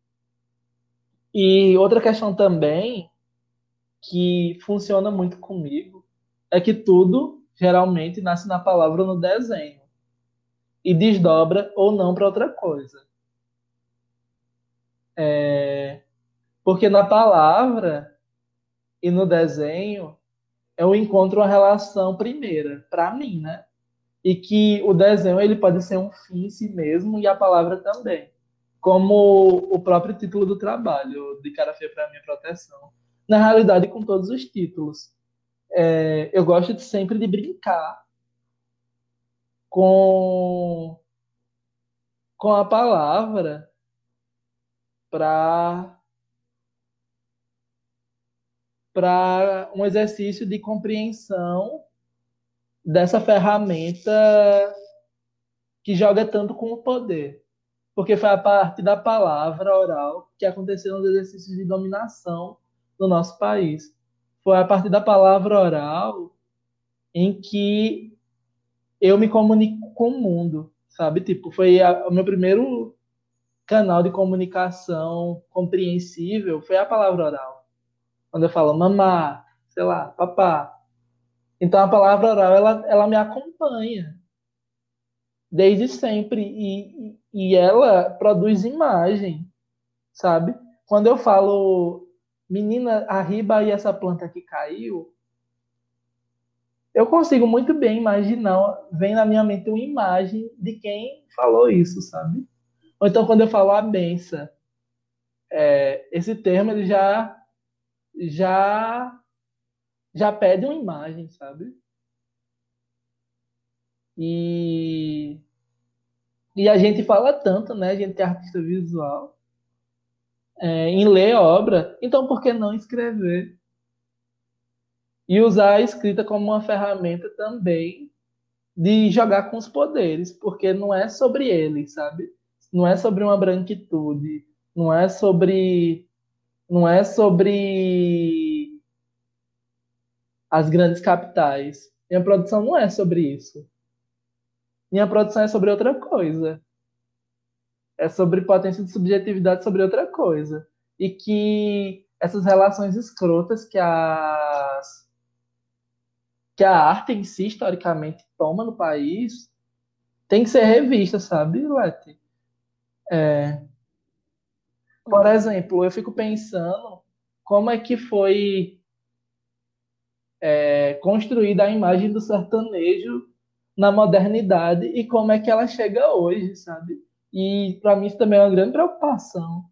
E outra questão também que funciona muito comigo é que tudo geralmente nasce na palavra ou no desenho e desdobra ou não para outra coisa. Porque na palavra e no desenho eu encontro uma relação primeira, para mim, né? E que o desenho ele pode ser um fim em si mesmo e a palavra também. Como o próprio título do trabalho, de Cara Feia para Minha Proteção. Na realidade, com todos os títulos. Eu gosto sempre de brincar com, com a palavra para um exercício de compreensão dessa ferramenta que joga tanto com o poder. Porque foi a partir da palavra oral que aconteceram os exercícios de dominação no nosso país. Foi a partir da palavra oral em que eu me comunico com o mundo, sabe? Tipo, o meu primeiro canal de comunicação compreensível foi a palavra oral. Quando eu falo mamá, sei lá, papá. Então a palavra oral, ela me acompanha desde sempre e ela produz imagem, sabe? Quando eu falo, menina, arriba aí essa planta que caiu, eu consigo muito bem imaginar, vem na minha mente uma imagem de quem falou isso, sabe? Ou então quando eu falo a benção, esse termo ele já já pede uma imagem, sabe? E e a gente fala tanto, né? A gente é artista visual, em ler obra, então por que não escrever? E usar a escrita como uma ferramenta também de jogar com os poderes, porque não é sobre ele, sabe? Não é sobre uma branquitude, não é sobre não é sobre as grandes capitais. Minha produção não é sobre isso. Minha produção é sobre outra coisa. É sobre potência de subjetividade sobre outra coisa. E que essas relações escrotas que a arte em si, historicamente, toma no país, tem que ser revista, sabe, Leti? Por Uhum. exemplo, eu fico pensando como é que foi construída a imagem do sertanejo na modernidade e como é que ela chega hoje, sabe? E para mim isso também é uma grande preocupação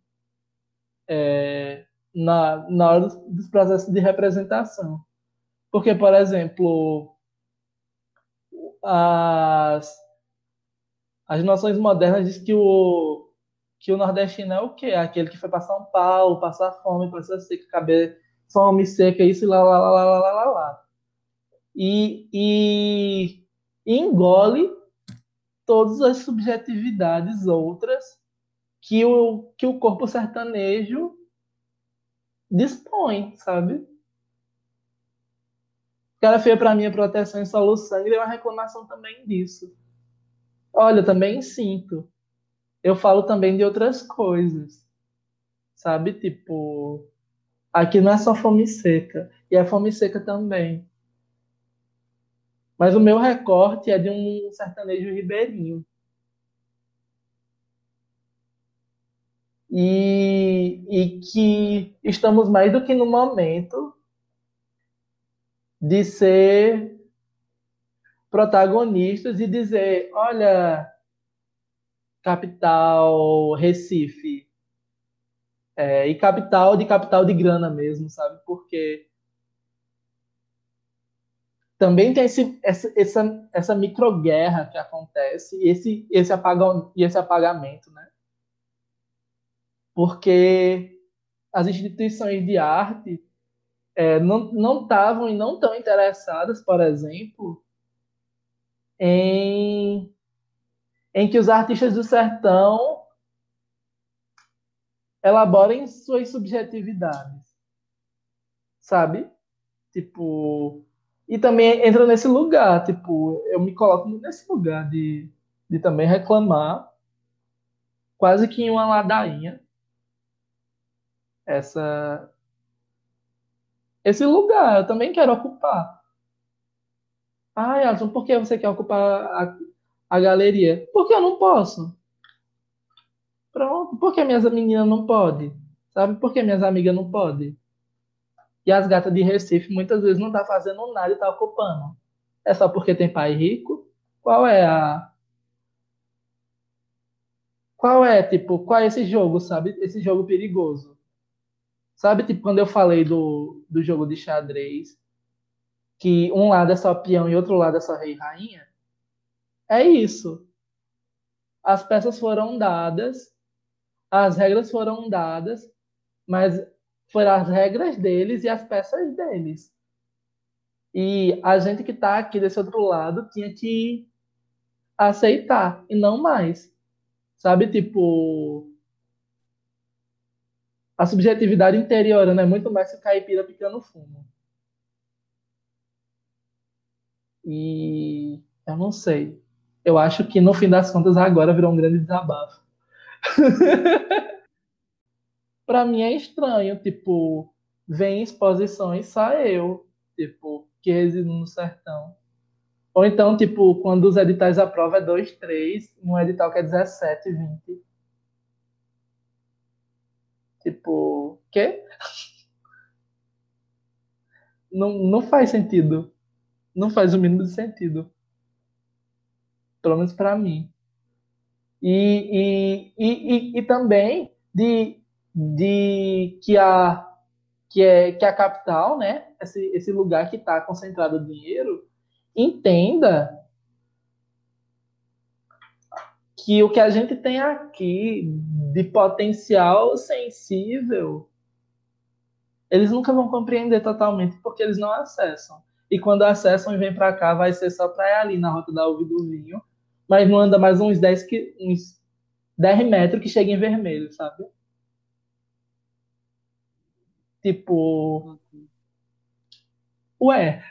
na hora dos processos de representação. Porque, por exemplo, as, as noções modernas dizem que o nordestino é o quê? Aquele que foi para São Paulo, passar fome, passar seca, caber fome, seca, isso e lá, lá, lá, lá, lá, lá, lá. Lá. E engole todas as subjetividades outras que o corpo sertanejo dispõe, sabe? O cara fez para mim a proteção em solo sangue e deu uma reclamação também disso. Olha, eu também sinto. Eu falo também de outras coisas, sabe? Tipo, aqui não é só fome seca, e é fome seca também. Mas o meu recorte é de um sertanejo ribeirinho. E que estamos mais do que no momento de ser protagonistas e dizer, olha, capital, Recife, e capital de grana mesmo, sabe? Porque também tem essa microguerra que acontece, esse apagamento, né? Porque as instituições de arte não estavam e não estão interessadas, por exemplo, em, em que os artistas do sertão elaborem suas subjetividades, sabe? Tipo, E também entra nesse lugar, tipo, eu me coloco nesse lugar de também reclamar, quase que em uma ladainha, essa, esse lugar. Eu também quero ocupar. Ah, Alisson, por que você quer ocupar a galeria? Porque eu não posso. Pronto. Por que minhas meninas não podem? Sabe? Por que minhas amigas não podem? E as gatas de Recife muitas vezes não tá fazendo nada e tá ocupando. É só porque tem pai rico? Qual é a. Qual é, tipo, qual é esse jogo, sabe? Esse jogo perigoso. Sabe, tipo, quando eu falei do jogo de xadrez, que um lado é só peão e outro lado é só rei e rainha? É isso. As peças foram dadas, as regras foram dadas, mas foram as regras deles e as peças deles. E a gente que tá aqui desse outro lado tinha que aceitar e não mais. Sabe, tipo, a subjetividade interior, né? Muito mais que o caipira picando fumo. E eu não sei. Eu acho que no fim das contas agora virou um grande desabafo. Pra mim é estranho, tipo, vem exposições só eu, tipo, que resido no sertão. Ou então, tipo, quando os editais aprovam é 2, 3, um edital que é 17, 20. Tipo, quê? Não faz sentido. Não faz o mínimo de sentido. Pelo menos pra mim. E também de que a capital, né, esse lugar que está concentrado o dinheiro, entenda que o que a gente tem aqui de potencial sensível, eles nunca vão compreender totalmente porque eles não acessam. E quando acessam e vêm para cá, vai ser só para ir ali na Rota da Uva e do Vinho, mas não anda mais uns 10 metros que chega em vermelho, sabe? Tipo, ué,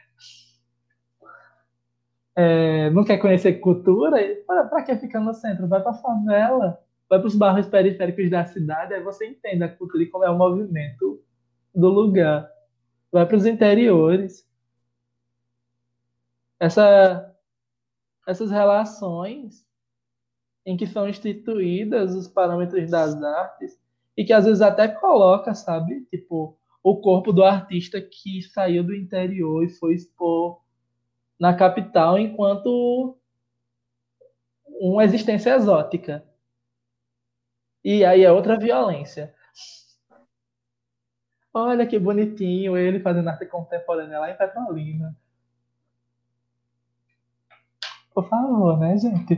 não quer conhecer cultura? Para que ficar no centro? Vai para favela, vai para os bairros periféricos da cidade, aí você entende a cultura e como é o movimento do lugar. Vai para os interiores. Essa, essas relações em que são instituídas os parâmetros das artes e que às vezes até coloca, sabe? Tipo, o corpo do artista que saiu do interior e foi expor na capital enquanto uma existência exótica. E aí é outra violência. Olha que bonitinho ele fazendo arte contemporânea lá em Petrolina. Por favor, né, gente?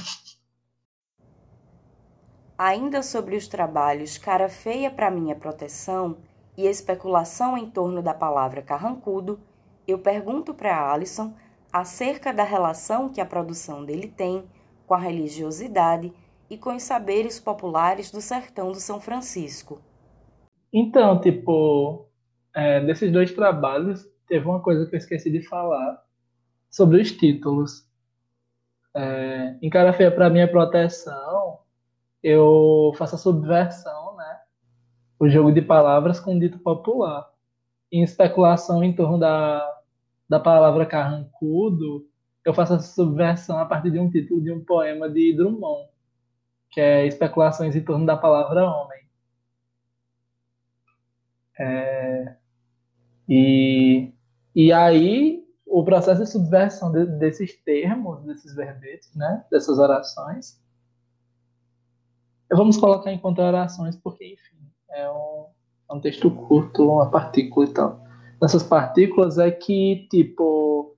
Ainda sobre os trabalhos Cara Feia para Minha Proteção e especulação em torno da palavra carrancudo, eu pergunto para Alisson acerca da relação que a produção dele tem com a religiosidade e com os saberes populares do sertão do São Francisco. Então, tipo, desses dois trabalhos, teve uma coisa que eu esqueci de falar sobre os títulos. Em Cara Feia para Minha Proteção, eu faço a subversão, né? O jogo de palavras com dito popular. Em especulação em torno da palavra carrancudo, eu faço essa subversão a partir de um título de um poema de Drummond, que é Especulações em torno da palavra homem. E, e aí, o processo de subversão desses termos, desses verbetes, né? Dessas orações, vamos colocar enquanto orações, porque, enfim, é um texto curto, uma partícula e tal. Nessas partículas é que, tipo,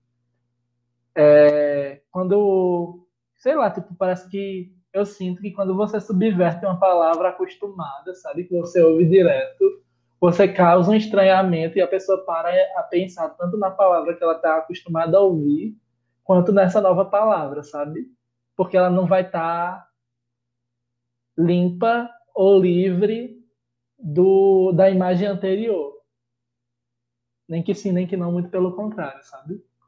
quando, sei lá, tipo, parece que eu sinto que quando você subverte uma palavra acostumada, sabe, que você ouve direto, você causa um estranhamento e a pessoa para a pensar tanto na palavra que ela está acostumada a ouvir, quanto nessa nova palavra, sabe? Porque ela não vai estar limpa ou livre da imagem anterior. Nem que sim, nem que não, muito pelo contrário, sabe?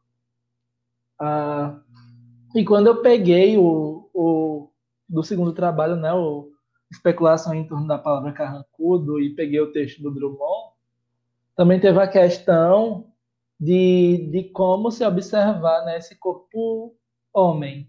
Ah, e quando eu peguei o do segundo trabalho, né, o Especulação em torno da palavra carrancudo, e peguei o texto do Drummond, também teve a questão de como se observar, né, esse corpo homem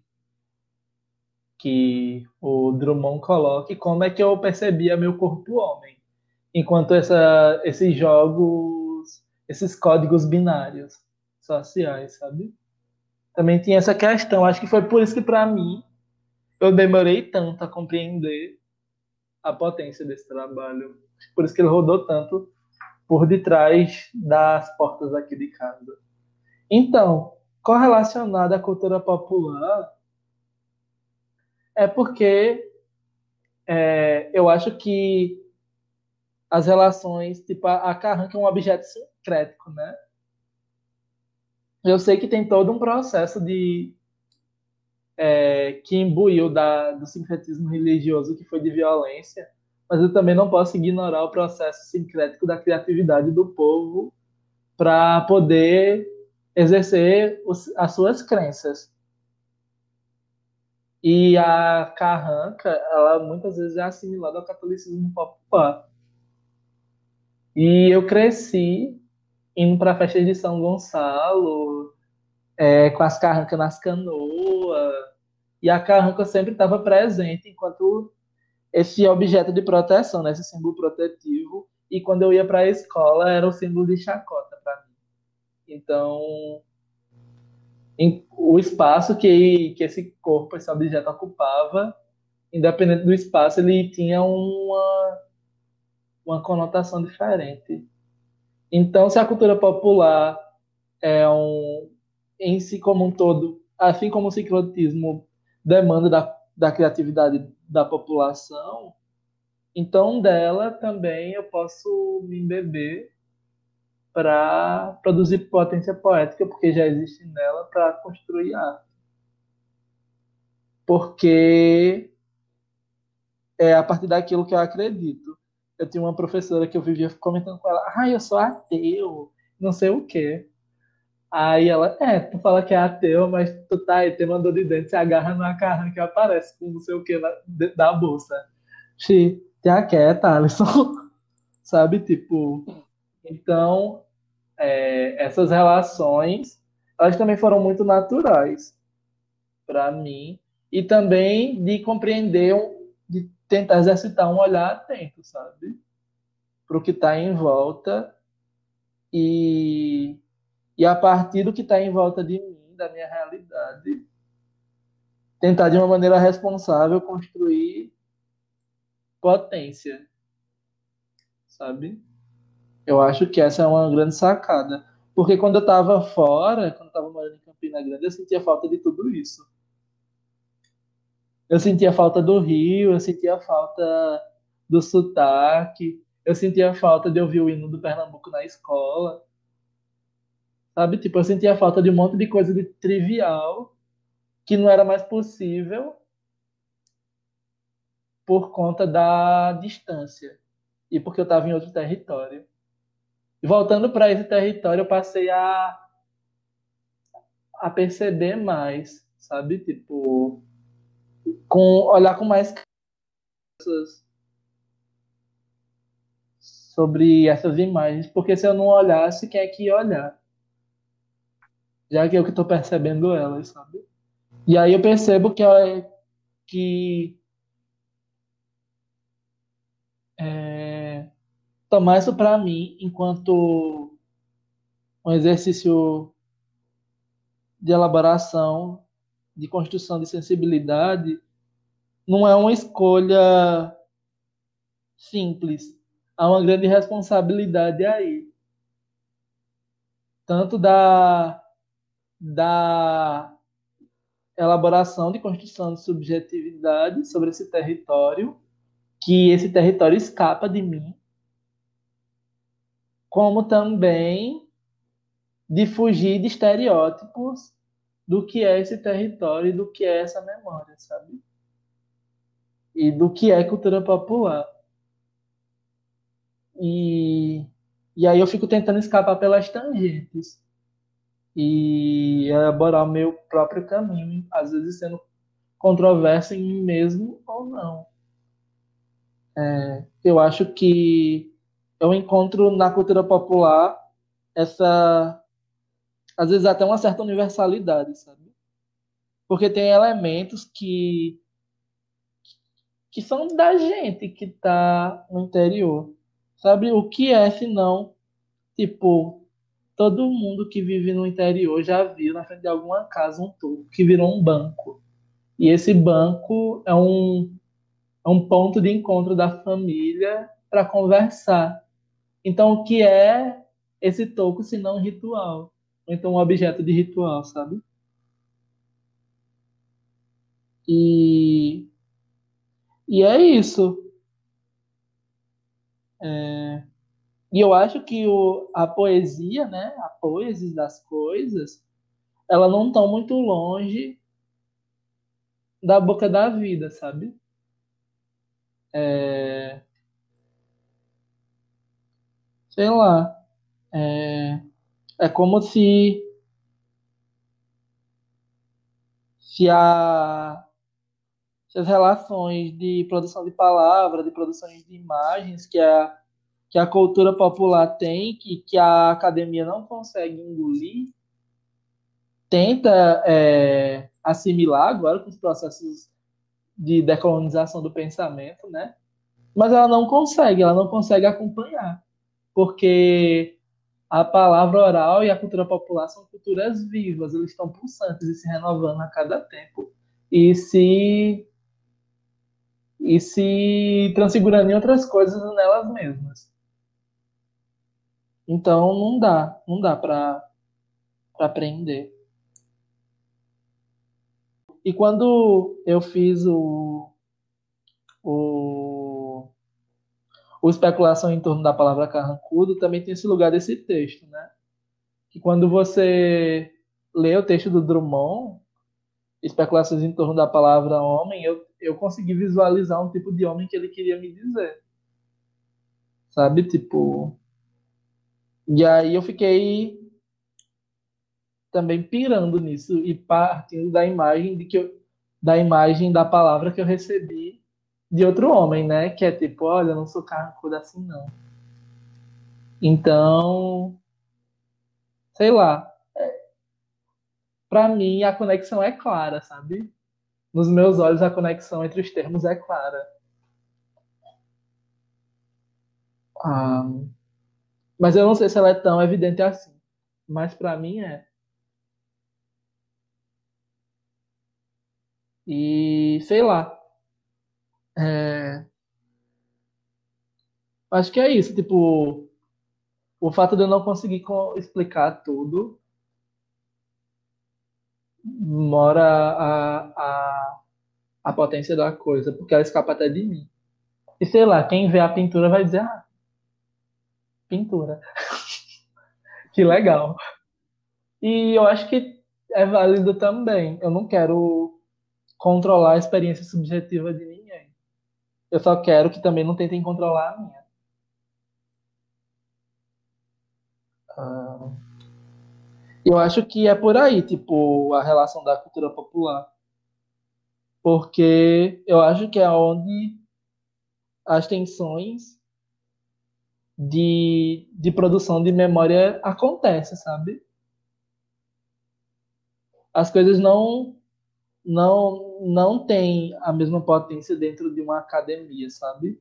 que o Drummond coloca, e como é que eu percebia meu corpo homem, enquanto esses jogos, esses códigos binários sociais, sabe? Também tinha essa questão. Acho que foi por isso que, para mim, eu demorei tanto a compreender a potência desse trabalho. Por isso que ele rodou tanto por detrás das portas aqui de casa. Então, correlacionado à cultura popular, é porque eu acho que as relações, tipo, a carranca é um objeto sincrético, né? Eu sei que tem todo um processo que imbuiu do sincretismo religioso, que foi de violência, mas eu também não posso ignorar o processo sincrético da criatividade do povo para poder exercer as suas crenças. E a carranca, ela muitas vezes é assimilada ao catolicismo popular. E eu cresci indo para festas de São Gonçalo, com as carrancas nas canoas, e a carranca sempre estava presente enquanto esse objeto de proteção, né, esse símbolo protetivo. E quando eu ia para a escola, era o símbolo de chacota para mim. Então, o espaço que esse corpo, esse objeto ocupava, independente do espaço, ele tinha uma conotação diferente. Então, se a cultura popular é em si como um todo, assim como o sincretismo demanda da criatividade da população, então dela também eu posso me embeber para produzir potência poética, porque já existe nela para construir arte. Porque é a partir daquilo que eu acredito. Eu tinha uma professora que eu vivia comentando com ela, eu sou ateu, não sei o quê. Aí ela, tu fala que é ateu, mas tu tá aí tendo uma dor de dente, se agarra na carranca que aparece com não sei o que da bolsa. Xi, te aquieta, Alisson. Sabe, tipo... Então, essas relações, elas também foram muito naturais para mim. E também de compreender, de tentar exercitar um olhar atento, sabe? Para o que está em volta e, e a partir do que está em volta de mim, da minha realidade, tentar de uma maneira responsável construir potência, sabe? Eu acho que essa é uma grande sacada. Porque quando eu estava fora, quando eu estava morando em Campina Grande, eu sentia falta de tudo isso. Eu sentia falta do Rio, eu sentia falta do sotaque, eu sentia falta de ouvir o hino do Pernambuco na escola, sabe? Tipo, eu sentia falta de um monte de coisa de trivial que não era mais possível por conta da distância e porque eu estava em outro território. E voltando para esse território, eu passei a perceber mais, sabe? Tipo, olhar com mais coisas sobre essas imagens, porque se eu não olhasse, quem é que ia olhar? Já que eu que estou percebendo elas, sabe? E aí eu percebo que é, tomar isso para mim enquanto um exercício de elaboração, de construção de sensibilidade, não é uma escolha simples. Há uma grande responsabilidade aí, tanto da elaboração de construção de subjetividade sobre esse território, que esse território escapa de mim, como também de fugir de estereótipos do que é esse território e do que é essa memória, sabe? E do que é cultura popular. E, e aí eu fico tentando escapar pelas tangentes. e elaborar o meu próprio caminho, às vezes sendo controverso em mim mesmo ou não. Eu acho que eu encontro na cultura popular essa, às vezes até uma certa universalidade, sabe? Porque tem elementos que são da gente que tá no interior. Sabe o que é, se não, tipo, todo mundo que vive no interior já viu na frente de alguma casa um tubo que virou um banco. E esse banco é um ponto de encontro da família para conversar. Então, o que é esse toco se não um ritual? Ou então um objeto de ritual, sabe? E, e é isso. E eu acho que a poesia, né, a poesia das coisas, ela não estão muito longe da boca da vida, sabe? É, sei lá, é, é como se, se as relações de produção de palavra, de produções de imagens que a cultura popular tem, que a academia não consegue engolir, tenta assimilar agora com os processos de decolonização do pensamento, né? Mas ela não consegue acompanhar, porque a palavra oral e a cultura popular são culturas vivas, eles estão pulsantes e se renovando a cada tempo e se transfigurando em outras coisas nelas mesmas. Então não dá para aprender. E quando eu fiz o, o especulação em torno da palavra carrancudo, também tem esse lugar desse texto, né? Que quando você lê o texto do Drummond, especulações em torno da palavra homem, eu consegui visualizar um tipo de homem que ele queria me dizer, sabe? Tipo, e aí eu fiquei também pirando nisso e partindo da imagem da imagem da palavra que eu recebi de outro homem, né? Que é tipo, olha, eu não sou carrancudo assim não. Então, sei lá, pra mim a conexão é clara, sabe? Nos meus olhos a conexão entre os termos é clara. Ah, mas eu não sei se ela é tão evidente assim. Mas pra mim é. E sei lá. é, Acho que é isso. Tipo, o fato de eu não conseguir explicar tudo mora a potência da coisa, porque ela escapa até de mim. E sei lá, quem vê a pintura vai dizer, ah, pintura. Que legal. E eu acho que é válido também. Eu não quero controlar a experiência subjetiva de ninguém. Eu só quero que também não tentem controlar a minha. Ah, eu acho que é por aí, tipo, a relação da cultura popular. Porque eu acho que é onde as tensões de produção de memória acontecem, sabe? As coisas não têm a mesma potência dentro de uma academia, sabe?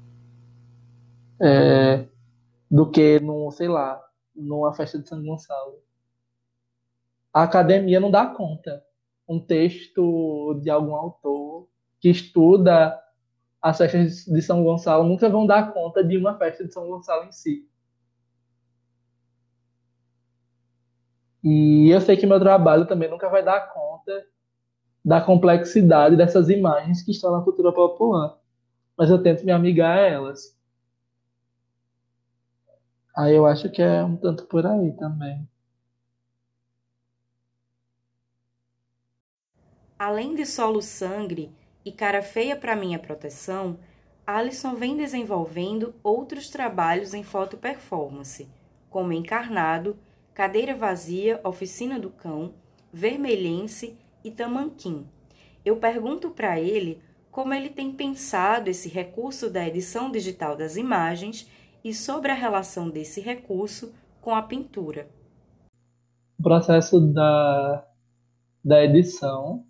Do que num, sei lá, numa festa de São Gonçalo. A academia não dá conta. Um texto de algum autor que estuda as festas de São Gonçalo nunca vão dar conta de uma festa de São Gonçalo em si. E eu sei que meu trabalho também nunca vai dar conta da complexidade dessas imagens que estão na cultura popular. Mas eu tento me amigar a elas. Aí eu acho que é um tanto por aí também. Além de Solo Sangre e Cara Feia para Minha Proteção, Alisson vem desenvolvendo outros trabalhos em foto performance, como Encarnado, Cadeira Vazia, Oficina do Cão, Vermelhense e Tamanquim. Eu pergunto para ele como ele tem pensado esse recurso da edição digital das imagens e sobre a relação desse recurso com a pintura. O processo da edição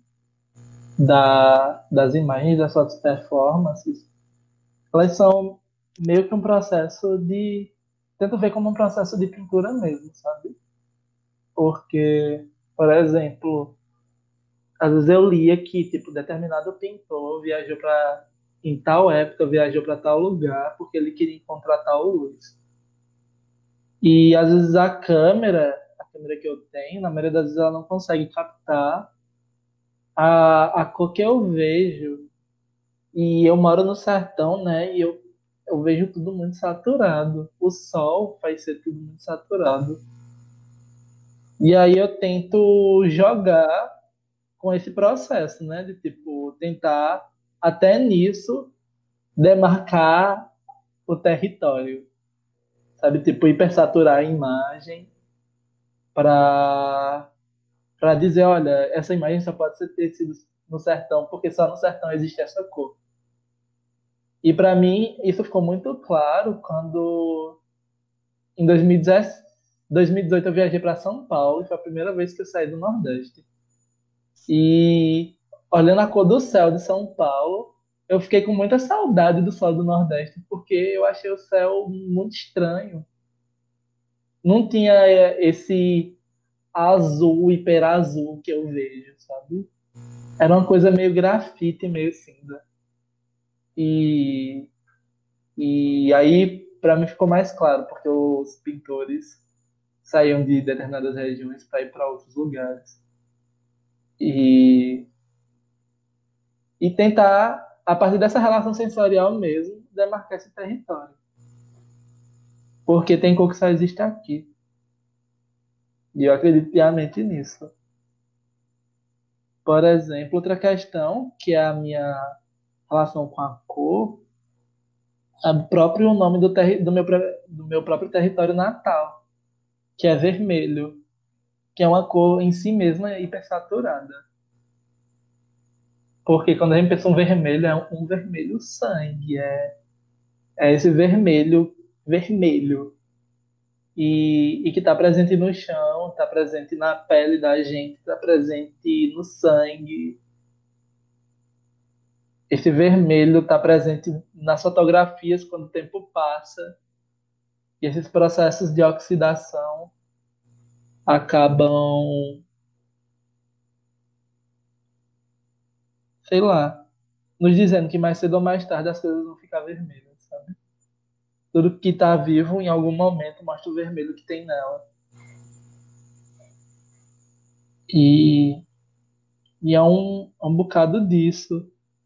das imagens, das fotos performances, elas são meio que um processo de. Tento ver como um processo de pintura mesmo, sabe? Porque, por exemplo, às vezes eu lia que, tipo, determinado pintor viajou para em tal época, viajou para tal lugar porque ele queria encontrar tal luz. E às vezes a câmera que eu tenho, na maioria das vezes ela não consegue captar a cor que eu vejo. E eu moro no sertão, né? Eu vejo tudo muito saturado. O sol faz ser tudo muito saturado. E aí eu tento jogar com esse processo, né? De tipo, tentar até nisso demarcar o território. Sabe? Tipo, hipersaturar a imagem para dizer, olha, essa imagem só pode ser ter sido no sertão, porque só no sertão existe essa cor. E para mim, isso ficou muito claro quando, em 2018, eu viajei para São Paulo, e foi a primeira vez que eu saí do Nordeste. E olhando a cor do céu de São Paulo, eu fiquei com muita saudade do sol do Nordeste, porque eu achei o céu muito estranho. Não tinha esse azul, hiperazul que eu vejo, sabe? Era uma coisa meio grafite, meio cinza. E E aí, para mim, ficou mais claro, porque os pintores saíam de determinadas regiões para ir para outros lugares. E, e tentar, a partir dessa relação sensorial mesmo, demarcar esse território. Porque tem cor que só existe aqui. E eu acredito piamente nisso. Por exemplo, outra questão, que é a minha relação com a cor, é o próprio nome do meu próprio território natal, que é vermelho, que é uma cor em si mesma hipersaturada. Porque quando a gente pensa um vermelho, é um vermelho sangue, é esse vermelho vermelho. E que está presente no chão, está presente na pele da gente, está presente no sangue. Esse vermelho está presente nas fotografias quando o tempo passa. E esses processos de oxidação acabam, sei lá, nos dizendo que mais cedo ou mais tarde as coisas vão ficar vermelhas, sabe? Tudo que está vivo em algum momento mostra o vermelho que tem nela. E, e é um bocado disso.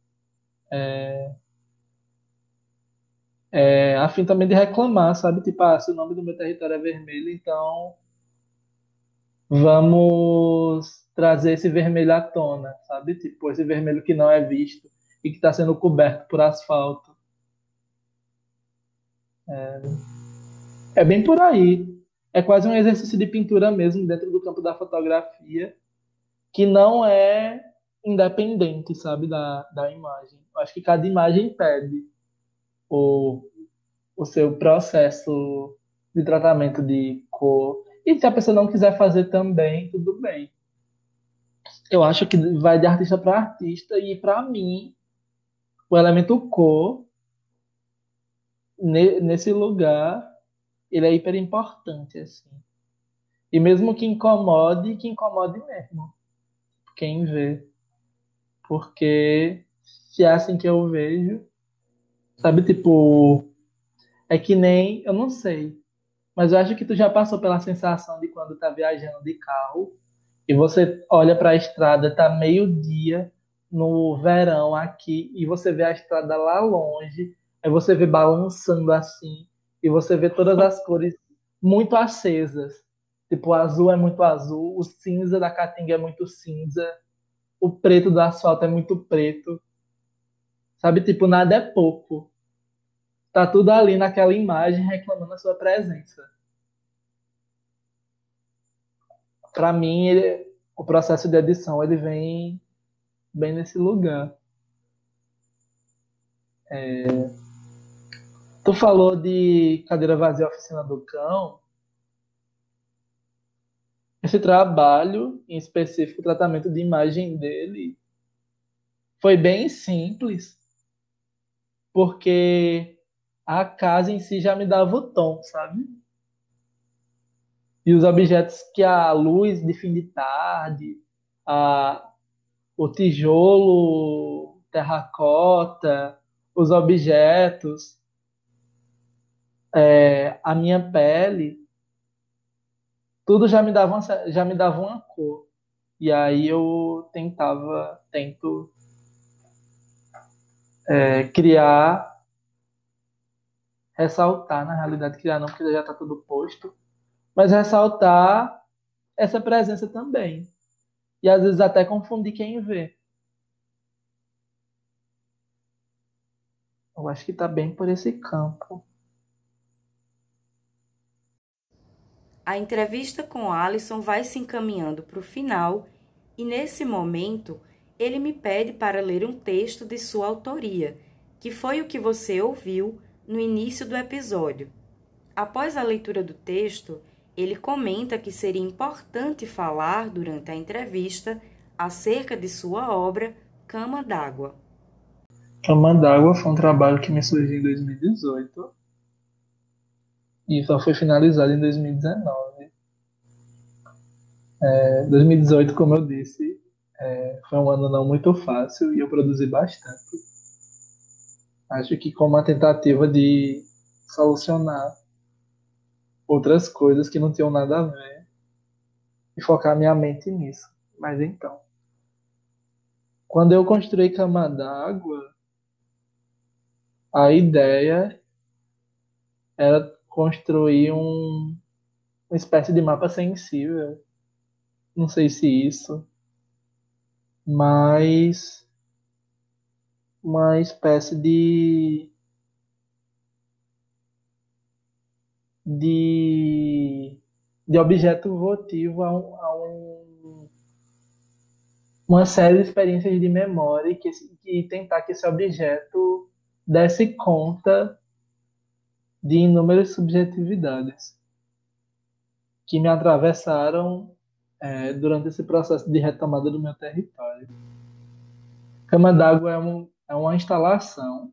É, a fim também de reclamar, sabe? Tipo, se o nome do meu território é vermelho, então vamos trazer esse vermelho à tona, sabe? Tipo, esse vermelho que não é visto e que está sendo coberto por asfalto. É bem por aí. É quase um exercício de pintura mesmo dentro do campo da fotografia, que não é independente, sabe, da imagem. Eu acho que cada imagem pede o, o seu processo de tratamento de cor. E se a pessoa não quiser fazer também, tudo bem. Eu acho que vai de artista para artista e para mim, o elemento cor nesse lugar, ele é hiper importante assim. E mesmo que incomode mesmo quem vê, porque se é assim que eu vejo, sabe, tipo, é que nem, eu não sei, mas eu acho que tu já passou pela sensação de quando tá viajando de carro e você olha para a estrada, tá meio-dia no verão aqui e você vê a estrada lá longe, aí você vê balançando assim e você vê todas as cores muito acesas. Tipo, o azul é muito azul, o cinza da caatinga é muito cinza, o preto do asfalto é muito preto. Sabe, tipo, nada é pouco. Tá tudo ali naquela imagem reclamando a sua presença. para mim, o processo de edição ele vem bem nesse lugar. Tu falou de Cadeira Vazia, Oficina do Cão. Esse trabalho, em específico, o tratamento de imagem dele, foi bem simples, porque a casa em si já me dava o tom, sabe? E os objetos que a luz de fim de tarde, a, o tijolo, terracota, os objetos, a minha pele, tudo já me dava uma cor. E aí eu tento criar, ressaltar, na realidade criar não, porque já está tudo posto, mas ressaltar essa presença também. E às vezes até confundir quem vê. Eu acho que está bem por esse campo. A entrevista com Alisson vai se encaminhando para o final e, nesse momento, ele me pede para ler um texto de sua autoria, que foi o que você ouviu no início do episódio. Após a leitura do texto, ele comenta que seria importante falar, durante a entrevista, acerca de sua obra Cama d'Água. Cama d'Água foi um trabalho que me surgiu em 2018 e só foi finalizado em 2019. 2018, como eu disse, foi um ano não muito fácil e eu produzi bastante. Acho que como uma tentativa de solucionar outras coisas que não tinham nada a ver e focar minha mente nisso. Mas então, quando eu construí Cama d'Água, a ideia era construir uma espécie de mapa sensível. Não sei se isso, mas uma espécie de, de objeto votivo uma série de experiências de memória e tentar que esse objeto desse conta de inúmeras subjetividades que me atravessaram durante esse processo de retomada do meu território. Cama d'Água é uma instalação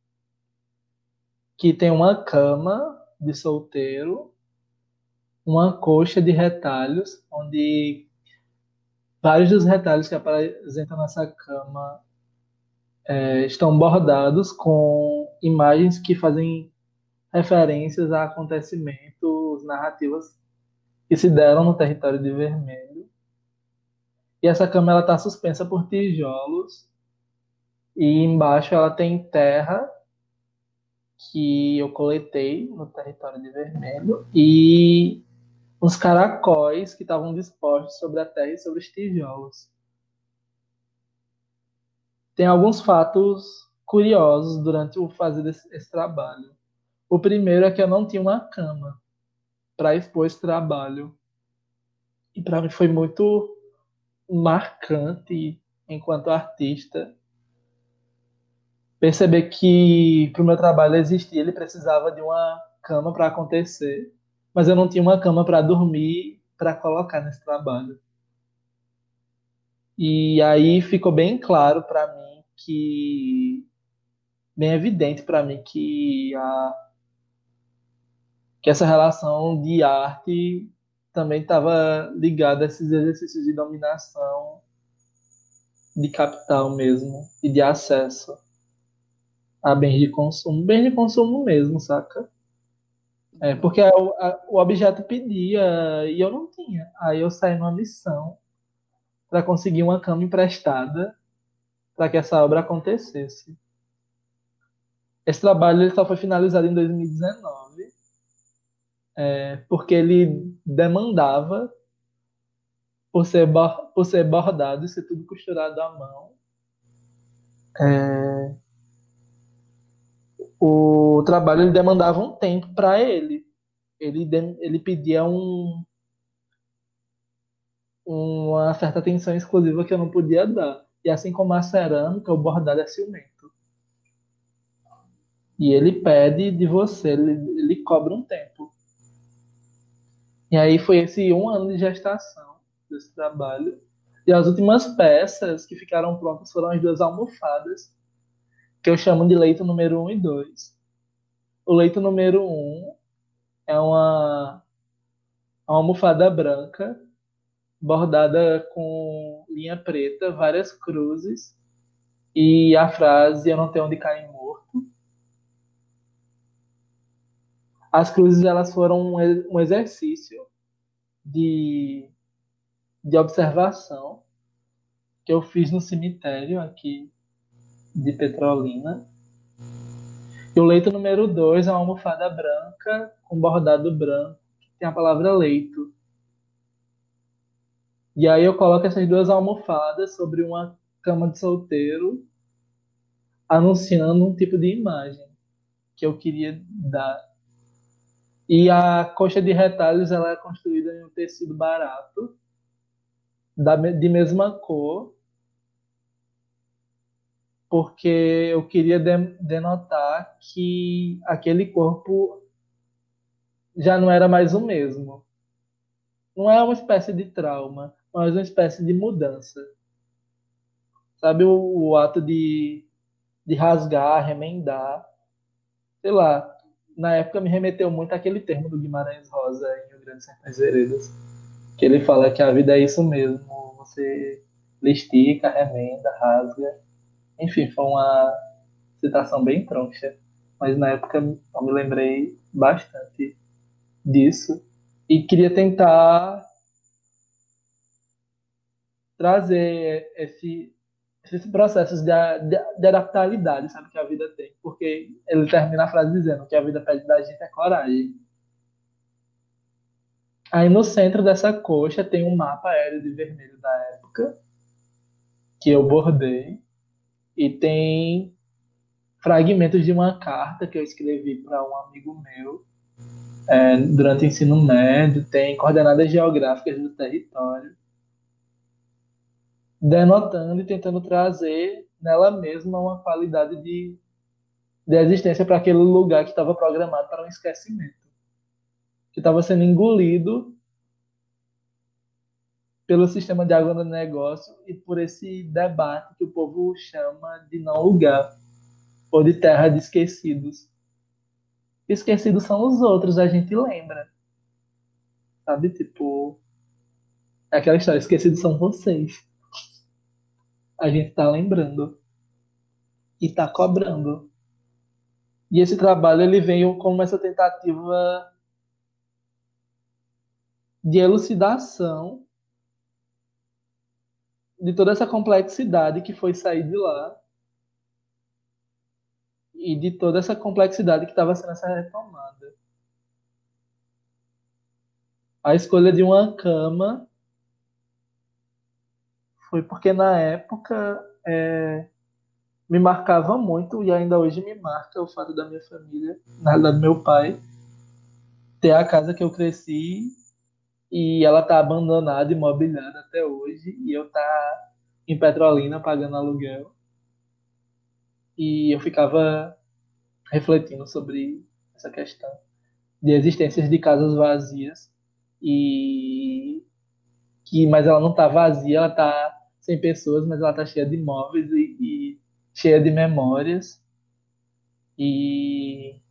que tem uma cama de solteiro, uma coxa de retalhos, onde vários dos retalhos que apresentam nessa cama estão bordados com imagens que fazem referências a acontecimentos, narrativas que se deram no território de Vermelho. E essa cama está suspensa por tijolos e embaixo ela tem terra que eu coletei no território de Vermelho e uns caracóis que estavam dispostos sobre a terra e sobre os tijolos. Tem alguns fatos curiosos durante o fazer esse trabalho. O primeiro é que eu não tinha uma cama para expor esse trabalho. E para mim foi muito marcante, enquanto artista, perceber que para o meu trabalho existir, ele precisava de uma cama para acontecer, mas eu não tinha uma cama para dormir, para colocar nesse trabalho. E aí ficou bem claro para mim bem evidente para mim que essa relação de arte também estava ligada a esses exercícios de dominação de capital mesmo e de acesso a bens de consumo mesmo, saca? Porque o objeto pedia e eu não tinha. Aí eu saí numa missão para conseguir uma cama emprestada para que essa obra acontecesse. Esse trabalho ele só foi finalizado em 2019, porque ele demandava, por ser bordado e ser tudo costurado à mão, o trabalho ele demandava um tempo para ele. Ele pedia uma certa atenção exclusiva que eu não podia dar. E assim como a cerâmica, o bordado é ciumento. E ele pede de você, ele cobra um tempo. E aí foi esse 1 ano de gestação desse trabalho. E as últimas peças que ficaram prontas foram as 2 almofadas, que eu chamo de leito número 1 e 2. O leito número 1 é uma almofada branca, bordada com linha preta, várias cruzes, e a frase "Eu não tenho onde cair morto". As cruzes elas foram um exercício de, de observação que eu fiz no cemitério aqui de Petrolina. E o leito número 2 é uma almofada branca com bordado branco, que tem a palavra leito. E aí eu coloco essas 2 almofadas sobre uma cama de solteiro, anunciando um tipo de imagem que eu queria dar. E a coxa de retalhos ela é construída em um tecido barato, de mesma cor, porque eu queria denotar que aquele corpo já não era mais o mesmo. Não é uma espécie de trauma, mas uma espécie de mudança. Sabe o ato de rasgar, remendar, sei lá. Na época me remeteu muito àquele termo do Guimarães Rosa em O Grande Sertões Veredas, que ele fala que a vida é isso mesmo, você estica, remenda, rasga. Enfim, foi uma citação bem troncha, mas na época eu me lembrei bastante disso e queria tentar trazer esses processos de adaptabilidade, sabe, que a vida tem, porque ele termina a frase dizendo que a vida pede da gente é coragem. Aí no centro dessa coxa tem um mapa aéreo de vermelho da época que eu bordei e tem fragmentos de uma carta que eu escrevi para um amigo meu durante o ensino médio, tem coordenadas geográficas do território, denotando e tentando trazer nela mesma uma qualidade de existência para aquele lugar que estava programado para um esquecimento, que estava sendo engolido pelo sistema de agronegócio e por esse debate que o povo chama de não lugar, ou de terra de esquecidos. Esquecidos são os outros, a gente lembra, sabe? Tipo, é aquela história, esquecidos são vocês. A gente tá lembrando e tá cobrando. E esse trabalho ele veio como essa tentativa de elucidação de toda essa complexidade que foi sair de lá e de toda essa complexidade que estava sendo essa retomada. A escolha de uma cama foi porque na época me marcava muito e ainda hoje me marca o fato da minha família, na realidade do meu pai, ter a casa que eu cresci e ela tá abandonada, imobiliada até hoje e eu tá em Petrolina pagando aluguel. E eu ficava refletindo sobre essa questão de existências de casas vazias e mas ela não tá vazia, ela tá sem pessoas, mas ela tá cheia de móveis e cheia de memórias. E,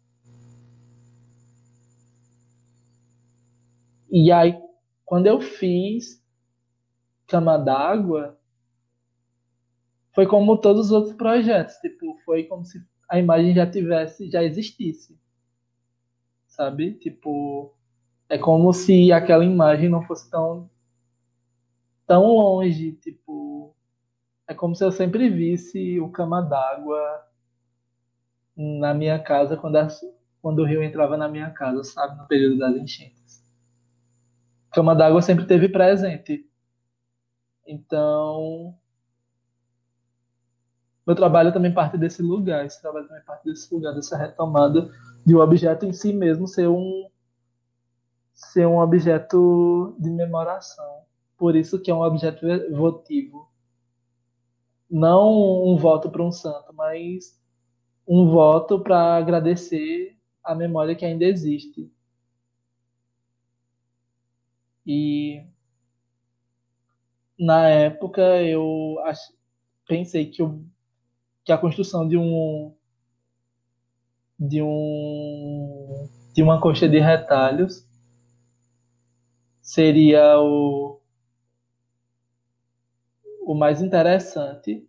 e aí, quando eu fiz Cama d'Água, foi como todos os outros projetos, tipo, foi como se a imagem já existisse, sabe? Tipo, é como se aquela imagem não fosse tão longe, tipo, é como se eu sempre visse o Cama d'Água na minha casa quando o rio entrava na minha casa, sabe? No período das enchentes. Cama d'Água sempre teve presente. Então, meu trabalho também parte desse lugar, esse trabalho também parte desse lugar, dessa retomada de o objeto em si mesmo ser um objeto de memoração. por isso que é um objeto votivo. Não um voto para um santo, mas um voto para agradecer a memória que ainda existe. E na época pensei que a construção de uma coxa de retalhos seria o mais interessante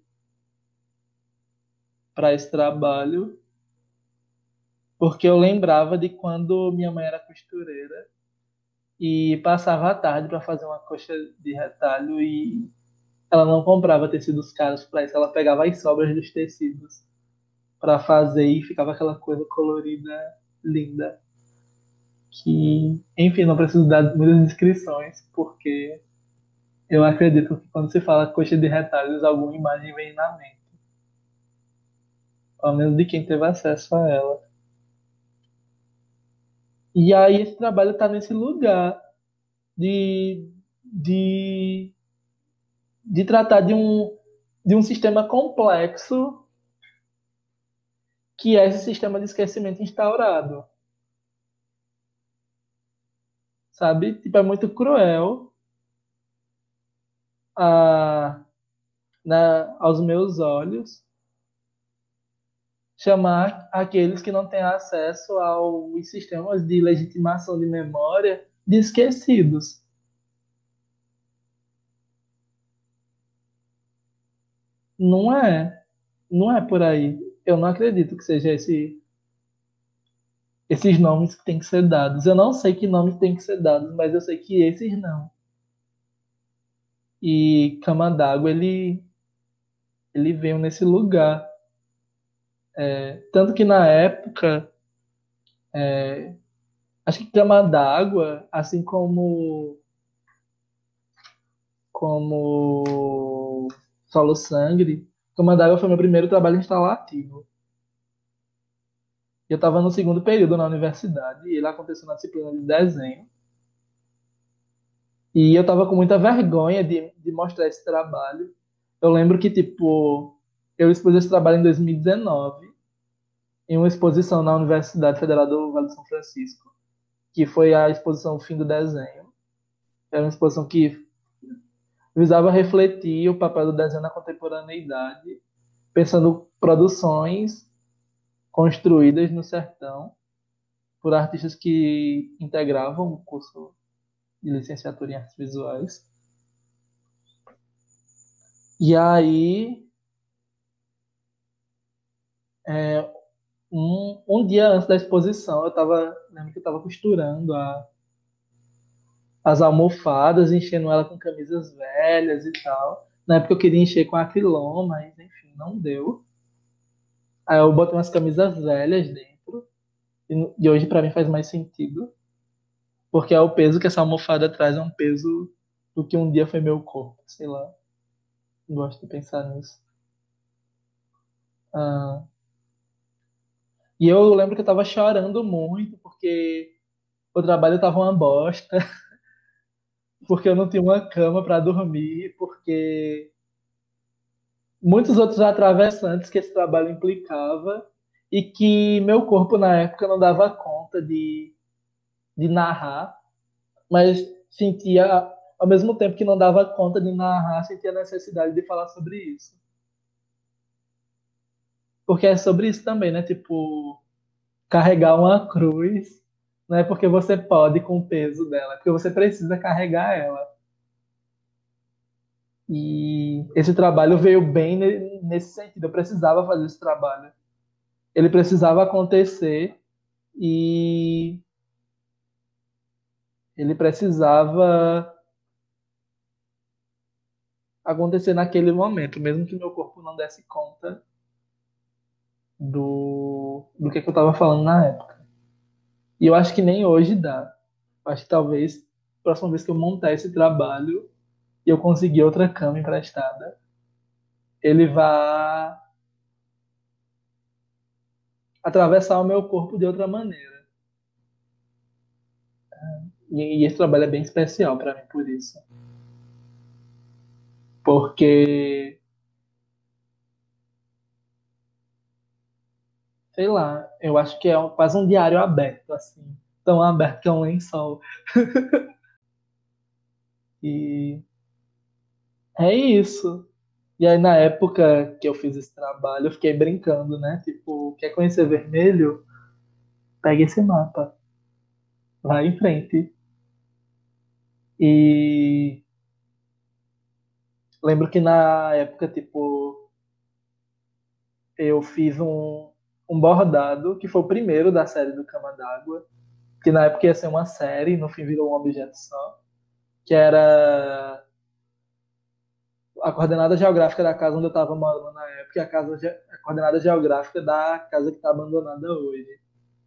para esse trabalho, porque eu lembrava de quando minha mãe era costureira e passava a tarde para fazer uma coxa de retalho e ela não comprava tecidos caros para isso, ela pegava as sobras dos tecidos para fazer e ficava aquela coisa colorida linda. Que, enfim, não preciso dar muitas descrições, porque eu acredito que quando se fala coxa de retalhos, alguma imagem vem na mente, ao menos de quem teve acesso a ela. E aí esse trabalho está nesse lugar de, de, de tratar de um sistema complexo que é esse sistema de esquecimento instaurado, sabe? Tipo, é muito cruel a, aos meus olhos chamar aqueles que não têm acesso aos sistemas de legitimação de memória de esquecidos. Não é, não é por aí. Eu não acredito que seja esses nomes que têm que ser dados. Eu não sei que nomes têm que ser dados, mas eu sei que esses não. E Cama d'Água, ele veio nesse lugar. Tanto que na época, acho que Cama d'Água, assim como Solo Sangre, Cama d'Água foi meu primeiro trabalho instalativo. Eu estava no segundo período na universidade e ele aconteceu na disciplina de desenho. E eu estava com muita vergonha de mostrar esse trabalho. Eu lembro que, tipo, eu expus esse trabalho em 2019 em uma exposição na Universidade Federal do Vale do São Francisco, que foi a exposição Fim do Desenho. Era uma exposição que visava refletir o papel do desenho na contemporaneidade, pensando produções construídas no sertão por artistas que integravam o curso de licenciatura em artes visuais. E aí, é, um dia antes da exposição, lembro que eu estava costurando as almofadas, enchendo ela com camisas velhas e tal. Na época eu queria encher com acrilon, mas enfim, não deu. Aí eu botei umas camisas velhas dentro, e hoje para mim faz mais sentido, porque é o peso que essa almofada traz, é um peso do que um dia foi meu corpo, sei lá. Gosto de pensar nisso. Ah, e eu lembro que eu tava chorando muito, porque o trabalho tava uma bosta, porque eu não tinha uma cama para dormir, porque muitos outros atravessantes que esse trabalho implicava e que meu corpo na época não dava conta de narrar, mas sentia, ao mesmo tempo que não dava conta de narrar, sentia a necessidade de falar sobre isso. Porque é sobre isso também, né? Tipo, carregar uma cruz não é porque você pode com o peso dela, é porque você precisa carregar ela. E esse trabalho veio bem nesse sentido. Eu precisava fazer esse trabalho. Ele precisava acontecer e ele precisava acontecer naquele momento, mesmo que meu corpo não desse conta do que eu estava falando na época. E eu acho que nem hoje dá. Eu acho que talvez, a próxima vez que eu montar esse trabalho e eu conseguir outra cama emprestada, ele vai atravessar o meu corpo de outra maneira. E esse trabalho é bem especial para mim por isso. Porque, sei lá, eu acho que é quase um diário aberto, assim. Tão aberto que é um lençol. E é isso. E aí, na época que eu fiz esse trabalho, eu fiquei brincando, né? Tipo, quer conhecer vermelho? Pega esse mapa, vai em frente. E lembro que na época, tipo, eu fiz um bordado, que foi o primeiro da série do Cama d'Água, que na época ia ser uma série, no fim virou um objeto só, que era a coordenada geográfica da casa onde eu estava morando na época e a coordenada geográfica da casa que está abandonada hoje.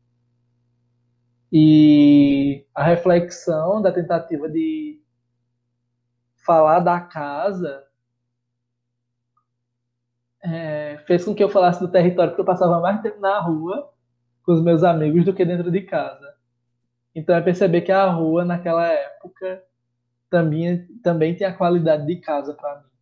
E a reflexão da tentativa de falar da casa fez com que eu falasse do território, porque eu passava mais tempo na rua com os meus amigos do que dentro de casa. Então é perceber que a rua, naquela época, também tinha a qualidade de casa para mim.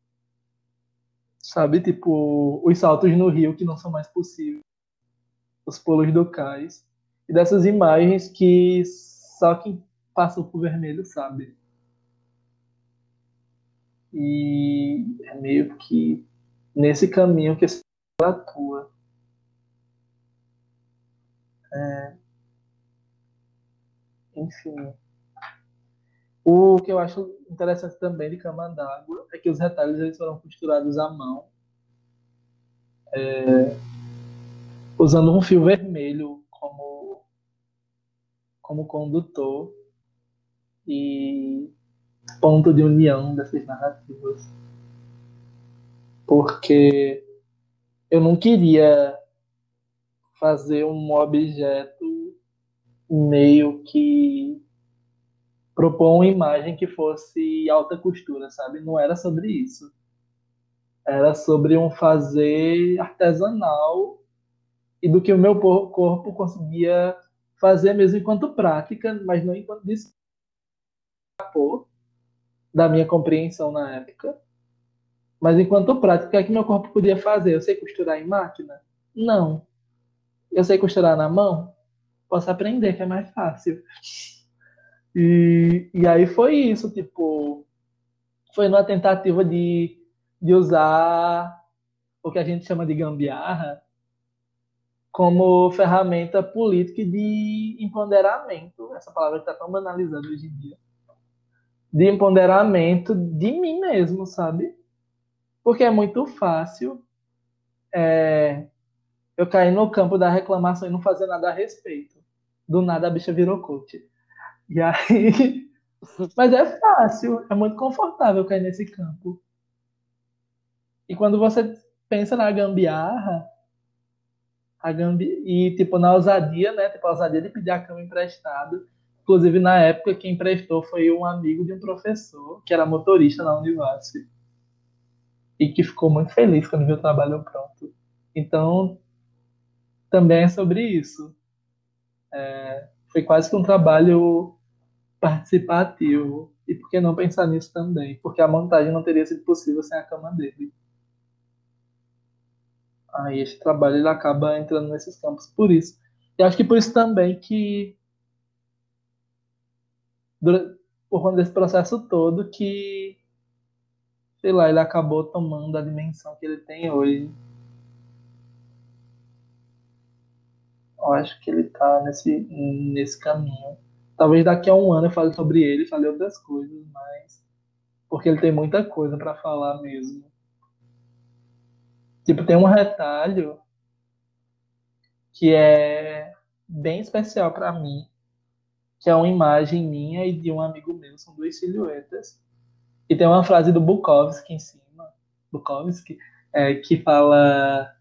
Sabe? Tipo, os saltos no rio que não são mais possíveis, os pulos do cais. E dessas imagens que só quem passou por vermelho sabe. E é meio que nesse caminho que esse atua. Enfim. O que eu acho interessante também de Cama d'Água é que os retalhos eles foram costurados à mão, usando um fio vermelho como condutor e ponto de união dessas narrativas. Porque eu não queria fazer um objeto meio que propor uma imagem que fosse alta costura, sabe? Não era sobre isso. Era sobre um fazer artesanal e do que o meu corpo conseguia fazer mesmo enquanto prática, mas não enquanto dispor da minha compreensão na época. Mas enquanto prática, o que é que meu corpo podia fazer? Eu sei costurar em máquina? Não. Eu sei costurar na mão? Posso aprender, que é mais fácil. E aí foi isso, tipo, foi numa tentativa de usar o que a gente chama de gambiarra como ferramenta política e de empoderamento, essa palavra que está tão banalizada hoje em dia, de empoderamento de mim mesmo, sabe? Porque é muito fácil eu cair no campo da reclamação e não fazer nada a respeito. Do nada a bicha virou coach. E aí. Mas é fácil, é muito confortável cair nesse campo. E quando você pensa na gambiarra, e tipo na ousadia, né? Tipo a ousadia de pedir a cama emprestada. Inclusive, na época, quem emprestou foi um amigo de um professor, que era motorista na Univasf, e que ficou muito feliz quando viu o trabalho pronto. Então, também é sobre isso. Foi quase que um trabalho participativo. E por que não pensar nisso também? Porque a montagem não teria sido possível sem a cama dele. Aí esse trabalho ele acaba entrando nesses campos por isso. E acho que por isso também que por conta desse processo todo que, sei lá, ele acabou tomando a dimensão que ele tem hoje. Eu acho que ele tá nesse caminho. Talvez daqui a um ano eu fale sobre ele, fale outras coisas, mas porque ele tem muita coisa para falar mesmo. Tipo, tem um retalho que é bem especial para mim, que é uma imagem minha e de um amigo meu, são duas silhuetas. E tem uma frase do Bukowski em cima, Bukowski, que fala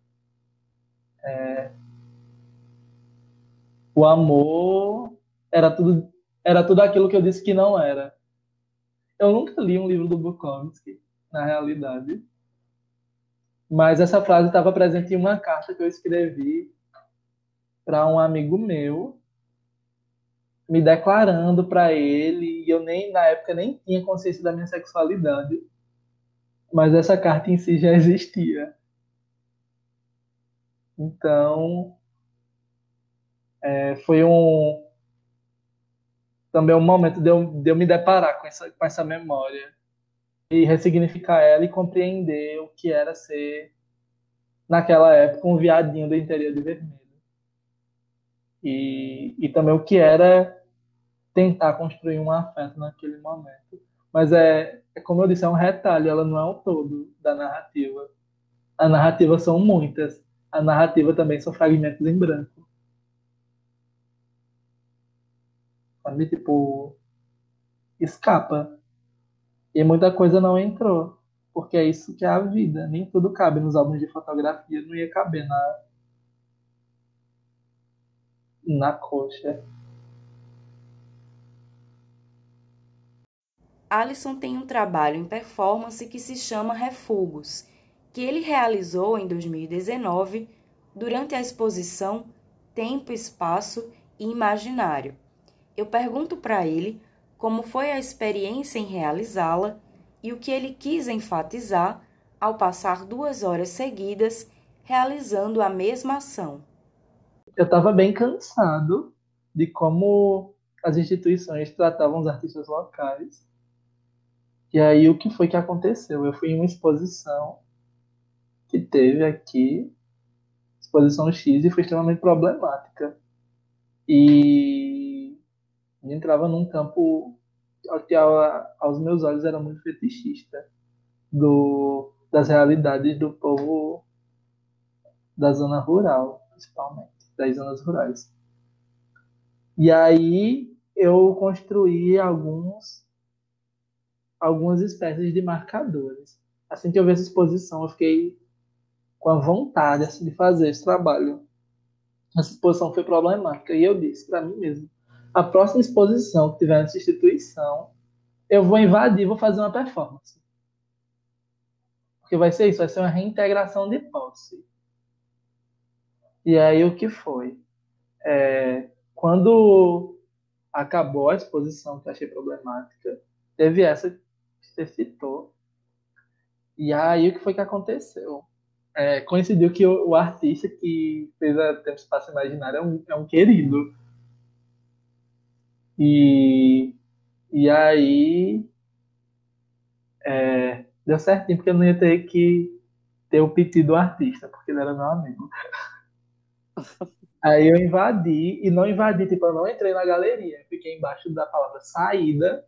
o amor era tudo aquilo que eu disse que não era. Eu nunca li um livro do Bukowski, na realidade, mas essa frase estava presente em uma carta que eu escrevi para um amigo meu, me declarando para ele, e eu nem na época nem tinha consciência da minha sexualidade. mas essa carta em si já existia. Então, foi também um momento de eu me deparar com essa memória e ressignificar ela e compreender o que era ser, naquela época, um viadinho do interior de Vermelho. E também o que era tentar construir um afeto naquele momento. Mas como eu disse, é um retalho, ela não é o todo da narrativa. A narrativa são muitas. A narrativa também são fragmentos em branco. Sabe? Tipo, escapa. E muita coisa não entrou. Porque é isso que é a vida. Nem tudo cabe nos álbuns de fotografia. Não ia caber na coxa. Alisson tem um trabalho em performance que se chama Refugos, que ele realizou em 2019 durante a exposição Tempo, Espaço e Imaginário. Eu pergunto para ele como foi a experiência em realizá-la e o que ele quis enfatizar ao passar 2 horas seguidas realizando a mesma ação. Eu estava bem cansado de como as instituições tratavam os artistas locais. E aí, o que foi que aconteceu? Eu fui em uma exposição que teve aqui, exposição X, e foi extremamente problemática. E entrava num campo que aos meus olhos era muito fetichista das realidades do povo da zona rural, principalmente, das zonas rurais. E aí eu construí algumas espécies de marcadores. Assim que eu vi essa exposição, eu fiquei com a vontade assim, de fazer esse trabalho. Essa exposição foi problemática e eu disse para mim mesmo: a próxima exposição que tiver nessa instituição, eu vou invadir, vou fazer uma performance. Porque vai ser isso, vai ser uma reintegração de posse. E aí o que foi? Quando acabou a exposição, que eu achei problemática, teve essa que você citou. E aí o que foi que aconteceu? Coincidiu que o artista que fez a Tempo Espaço Imaginário é um querido. E, e aí deu certinho, porque eu não ia ter que ter o pedido do artista, porque ele era meu amigo. Aí eu invadi, e não invadi, tipo, eu não entrei na galeria. Eu fiquei embaixo da palavra saída,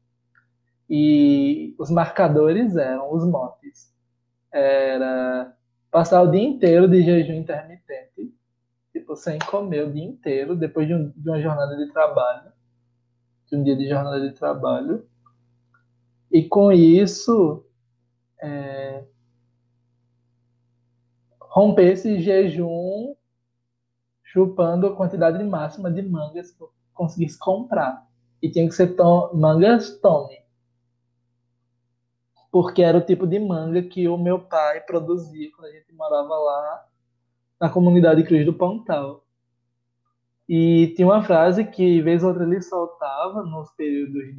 e os marcadores eram os motes. Era passar o dia inteiro de jejum intermitente, tipo, sem comer o dia inteiro, depois de uma jornada de trabalho, de um dia de jornada de trabalho. E com isso, romper esse jejum chupando a quantidade máxima de mangas que eu conseguisse comprar. E tinha que ser mangas Tommy, porque era o tipo de manga que o meu pai produzia quando a gente morava lá na comunidade Cruz do Pontal. E tinha uma frase que, vez ou outra, ele soltava nos períodos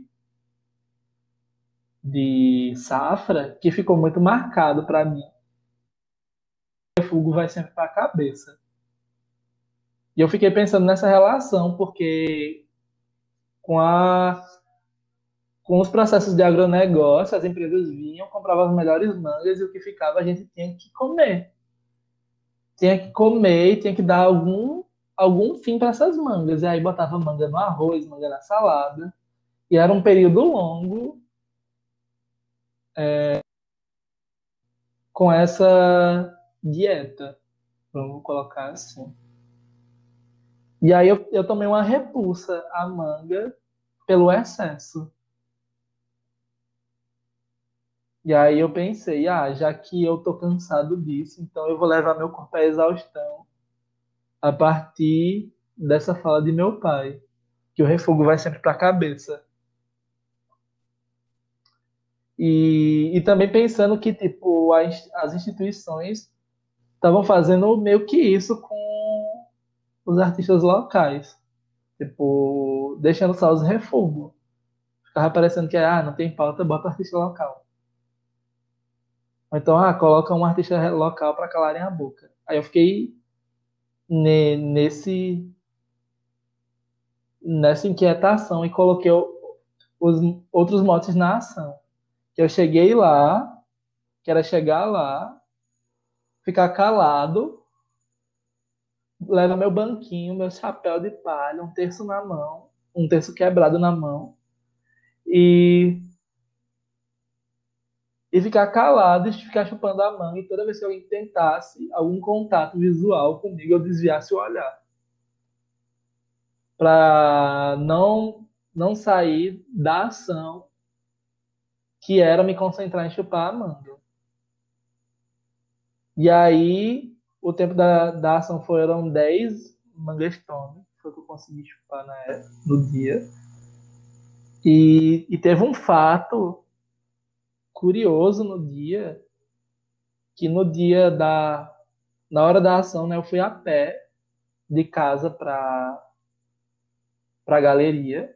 de safra, que ficou muito marcado para mim. O fogo vai sempre para a cabeça. E eu fiquei pensando nessa relação, porque com a com os processos de agronegócio, as empresas vinham, compravam as melhores mangas e o que ficava a gente tinha que comer. Tinha que comer e tinha que dar algum fim para essas mangas. E aí botava manga no arroz, manga na salada. E era um período longo com essa dieta, vamos colocar assim. E aí eu tomei uma repulsa à manga pelo excesso. E aí eu pensei, já que eu tô cansado disso, então eu vou levar meu corpo à exaustão a partir dessa fala de meu pai, que o refogo vai sempre para a cabeça. E também pensando que tipo as instituições estavam fazendo meio que isso com os artistas locais, tipo deixando só os refugos. Ficava parecendo que não tem pauta, bota artista local. Ou então, coloca um artista local para calarem a boca. Aí eu fiquei nesse nessa inquietação e coloquei os outros motes na ação. Que eu cheguei lá, que era chegar lá, ficar calado, levar meu banquinho, meu chapéu de palha, um terço na mão, um terço quebrado na mão, e, e ficar calado e ficar chupando a manga. E toda vez que alguém tentasse algum contato visual comigo, eu desviasse o olhar. Para não sair da ação que era me concentrar em chupar a manga. E aí, o tempo da ação foram 10 manguestones, foi o que eu consegui chupar no dia. E teve um fato curioso no dia, que no dia na hora da ação, né, eu fui a pé de casa para a galeria.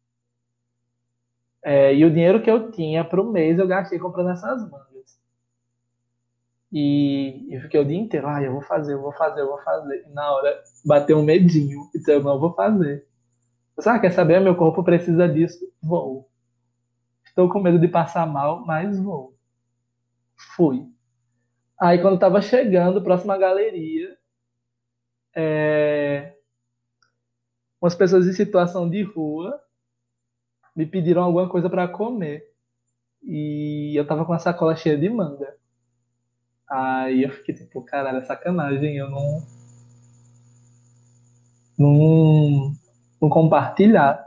E o dinheiro que eu tinha para o mês eu gastei comprando essas mangas. E fiquei o dia inteiro, eu vou fazer, eu vou fazer, eu vou fazer. E na hora bateu um medinho, e disse, eu não vou fazer. Quer saber? Meu corpo precisa disso, vou. Estou com medo de passar mal, mas vou. Fui. Aí quando estava chegando, próximo à galeria, é, umas pessoas em situação de rua me pediram alguma coisa para comer. E eu tava com a sacola cheia de manga. Aí eu fiquei tipo, caralho, é sacanagem, eu não, não compartilhar.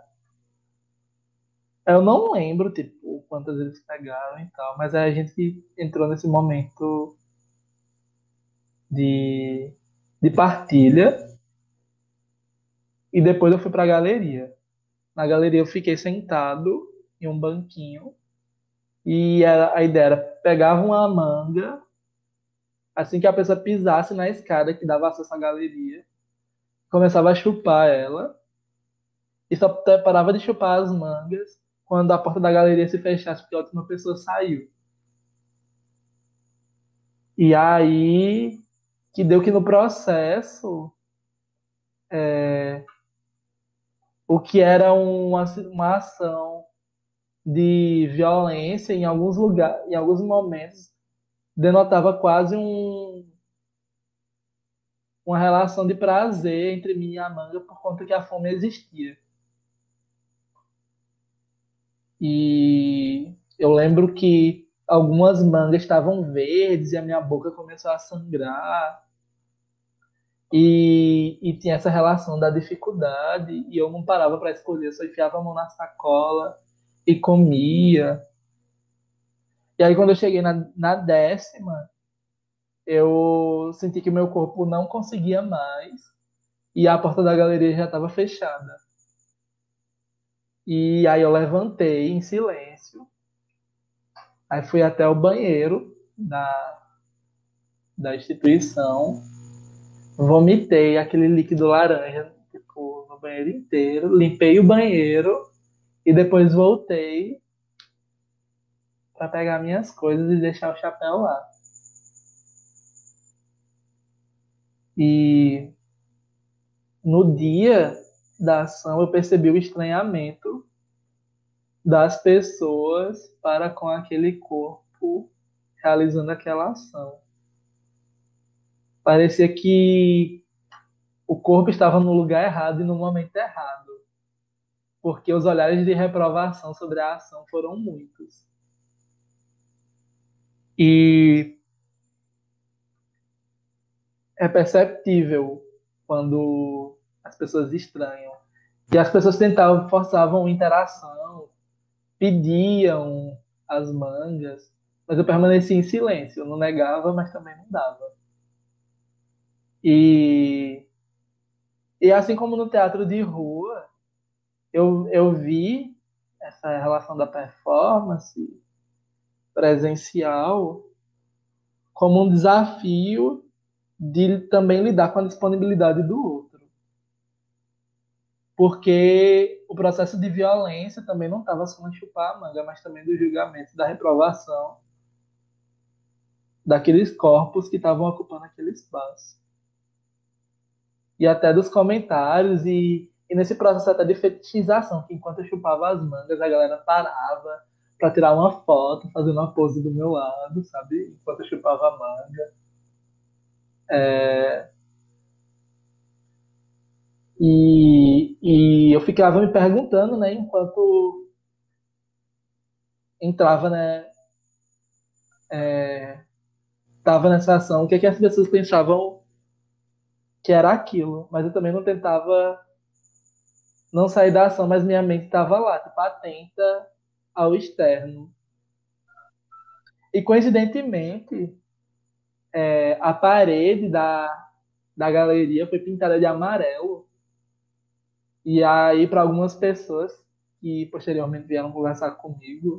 Eu não lembro, tipo, quantas eles pegaram e tal, mas aí a gente entrou nesse momento de, de partilha e depois eu fui pra galeria. Na galeria eu fiquei sentado em um banquinho e a ideia era pegava uma manga, assim que a pessoa pisasse na escada que dava acesso à galeria, começava a chupar ela e só parava de chupar as mangas quando a porta da galeria se fechasse porque a última pessoa saiu. E aí que deu que no processo o que era uma ação de violência em alguns lugares, em alguns momentos, denotava quase uma relação de prazer entre mim e a manga por conta que a fome existia. E eu lembro que algumas mangas estavam verdes e a minha boca começou a sangrar. E tinha essa relação da dificuldade, e eu não parava para escolher, eu só enfiava a mão na sacola e comia. E aí, quando eu cheguei na 10ª, eu senti que meu corpo não conseguia mais e a porta da galeria já estava fechada. E aí eu levantei em silêncio, aí fui até o banheiro da instituição, vomitei aquele líquido laranja, tipo, no banheiro inteiro, limpei o banheiro e depois voltei para pegar minhas coisas e deixar o chapéu lá. E no dia da ação eu percebi o estranhamento das pessoas para com aquele corpo realizando aquela ação. Parecia que o corpo estava no lugar errado e no momento errado, porque os olhares de reprovação sobre a ação foram muitos. E é perceptível quando as pessoas estranham. E as pessoas tentavam, forçavam interação, pediam as mangas, mas eu permaneci em silêncio. Eu não negava, mas também não dava. E, e assim como no teatro de rua, eu vi essa relação da performance presencial como um desafio de também lidar com a disponibilidade do outro. Porque o processo de violência também não estava só no chupar a manga, mas também do julgamento, da reprovação. daqueles corpos que estavam ocupando aquele espaço. E até dos comentários e nesse processo até de fetichização, que enquanto eu chupava as mangas, a galera parava para tirar uma foto, fazendo uma pose do meu lado, sabe? Enquanto eu chupava a manga. É, e eu ficava me perguntando, né, enquanto entrava, né, tava nessa ação, o que é que as pessoas pensavam que era aquilo. Mas eu também não tentava não sair da ação, mas minha mente estava lá, tipo, atenta ao externo. E coincidentemente, a parede da galeria foi pintada de amarelo. E aí, para algumas pessoas que posteriormente vieram conversar comigo,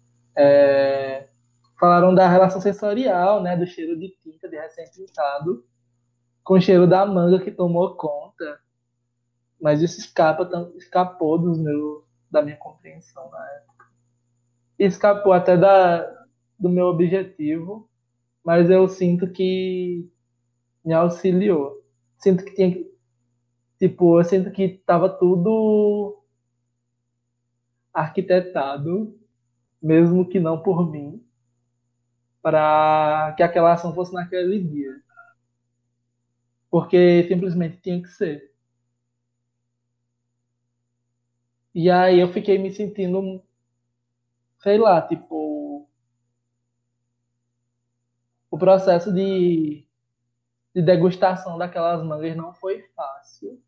falaram da relação sensorial, né, do cheiro de tinta de recém-pintado com o cheiro da manga que tomou conta. Mas isso escapou da minha compreensão, né? Escapou até do meu objetivo, mas eu sinto que me auxiliou. Sinto que tinha, tipo, eu sinto que estava tudo arquitetado, mesmo que não por mim, para que aquela ação fosse naquele dia. Porque simplesmente tinha que ser. E aí eu fiquei me sentindo, sei lá, tipo, o processo de degustação daquelas mangas não foi fácil.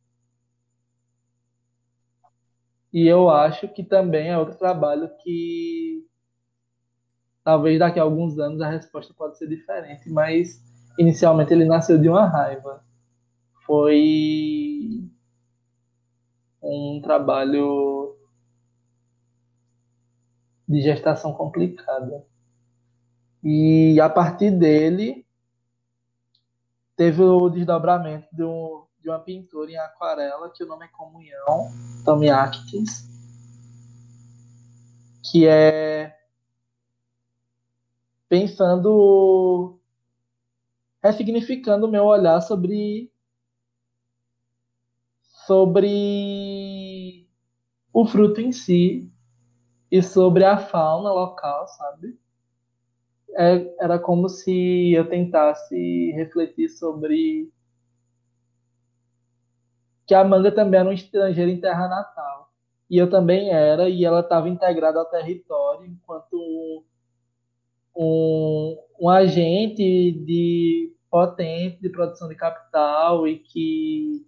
E eu acho que também é outro trabalho que talvez daqui a alguns anos a resposta pode ser diferente, mas inicialmente ele nasceu de uma raiva. Foi um trabalho de gestação complicada. E a partir dele teve o desdobramento de uma pintura em aquarela que o nome é Comunhão, Tommy Atkins, que é pensando, ressignificando o meu olhar sobre o fruto em si e sobre a fauna local, sabe? Era como se eu tentasse refletir sobre que a manga também era um estrangeiro em terra natal. E eu também era, e ela estava integrada ao território enquanto um agente de potente de produção de capital e que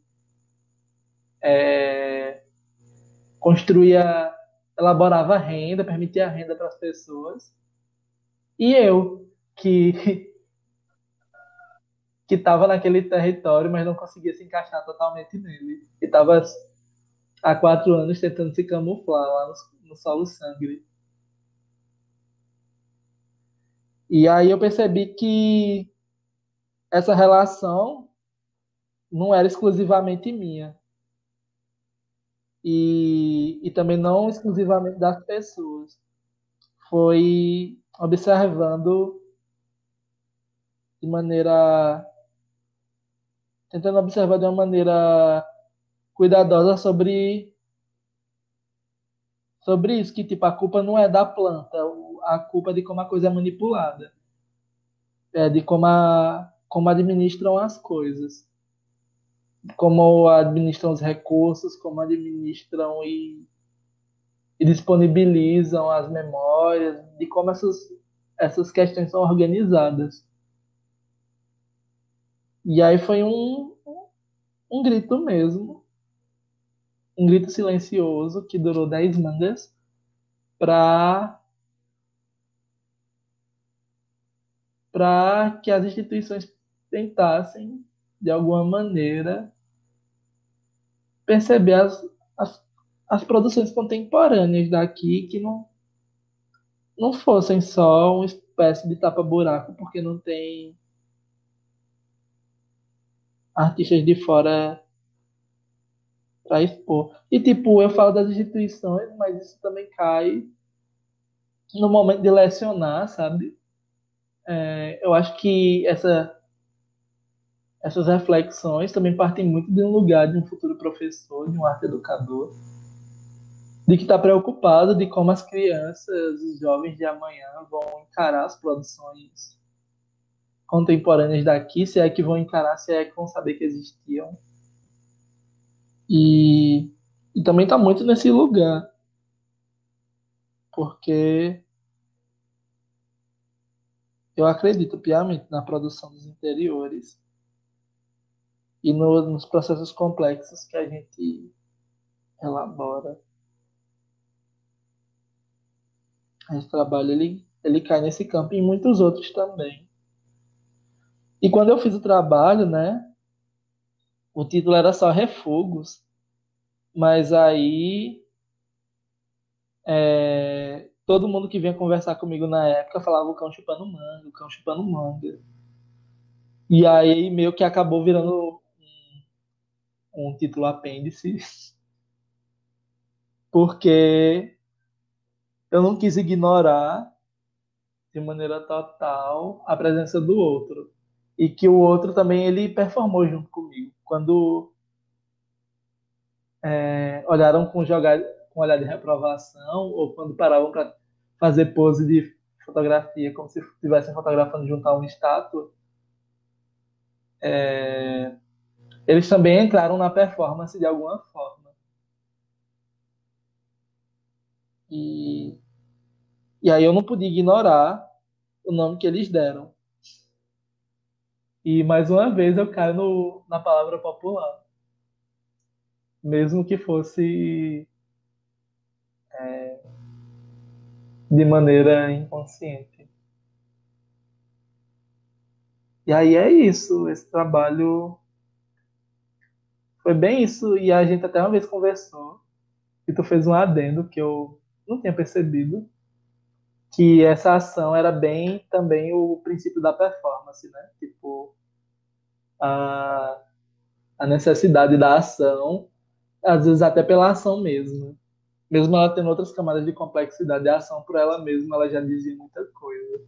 construía, elaborava renda, permitia renda para as pessoas. E eu, que que estava naquele território, mas não conseguia se encaixar totalmente nele. E estava há 4 anos tentando se camuflar lá no solo sangue. E aí eu percebi que essa relação não era exclusivamente minha. E também não exclusivamente das pessoas. Foi observando de maneira. Tentando observar de uma maneira cuidadosa sobre isso, que tipo, a culpa não é da planta, a culpa é de como a coisa é manipulada, de como administram as coisas, como administram os recursos, como administram e disponibilizam as memórias, de como essas questões são organizadas. E aí foi um grito mesmo, um grito silencioso que durou 10 mangas para que as instituições tentassem, de alguma maneira, perceber as, as produções contemporâneas daqui que não fossem só uma espécie de tapa-buraco, porque não tem artistas de fora para expor. E, tipo, eu falo das instituições, mas isso também cai no momento de lecionar, sabe? eu acho que essas reflexões também partem muito de um lugar de um futuro professor, de um arte educador, de que está preocupado de como as crianças, os jovens de amanhã vão encarar as produções contemporâneas daqui, se é que vão encarar, se é que vão saber que existiam. E também está muito nesse lugar, porque eu acredito piamente na produção dos interiores e nos processos complexos que a gente elabora. Esse trabalho ele cai nesse campo e em muitos outros também. E quando eu fiz o trabalho, né, o título era só Refugos, mas aí todo mundo que vinha conversar comigo na época falava o cão chupando manga, o cão chupando manga. E aí meio que acabou virando um título apêndice, porque eu não quis ignorar de maneira total a presença do outro. E que o outro também ele performou junto comigo. Quando olharam com olhar de reprovação, ou quando paravam para fazer pose de fotografia, como se estivessem fotografando junto a uma estátua, eles também entraram na performance de alguma forma. E, e aí eu não podia ignorar o nome que eles deram. E mais uma vez eu caio na palavra popular, mesmo que fosse de maneira inconsciente. E aí é isso, esse trabalho foi bem isso, e a gente até uma vez conversou, e tu fez um adendo que eu não tinha percebido, que essa ação era bem também o princípio da performance, né? Tipo, a, a necessidade da ação, às vezes até pela ação mesmo. Mesmo ela tendo outras camadas de complexidade, a ação por ela mesma, ela já dizia muita coisa.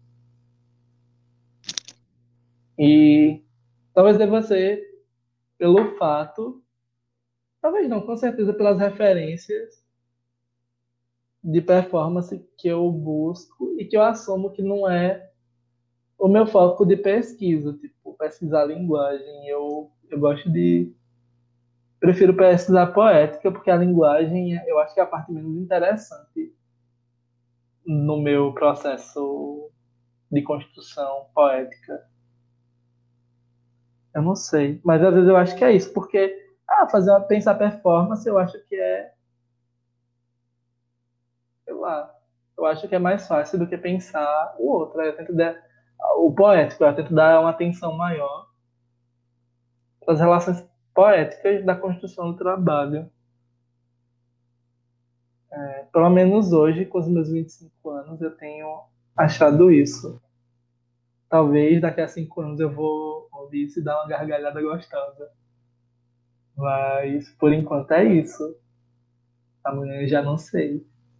E talvez deva ser pelo fato, talvez não, com certeza pelas referências de performance que eu busco e que eu assumo que não é o meu foco de pesquisa, tipo, pesquisar linguagem. Eu gosto de. Prefiro pesquisar poética, porque a linguagem eu acho que é a parte menos interessante no meu processo de construção poética. Eu não sei, mas às vezes eu acho que é isso, porque pensar performance eu acho que é, sei lá, eu acho que é mais fácil do que pensar o outro. Aí eu tento dar, o poético, eu tento dar uma atenção maior às relações poéticas da construção do trabalho. Pelo menos hoje, com os meus 25 anos, eu tenho achado isso. Talvez daqui a 5 anos eu vou ouvir isso e dar uma gargalhada gostosa. Mas por enquanto é isso. Amanhã eu já não sei.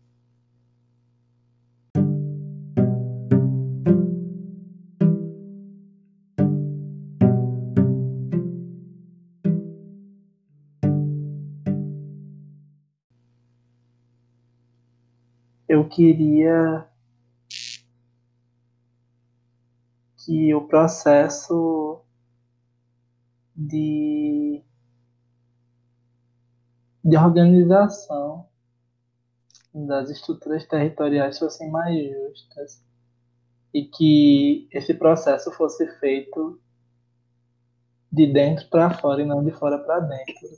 Eu queria que o processo de, de organização das estruturas territoriais fossem mais justas e que esse processo fosse feito de dentro para fora e não de fora para dentro.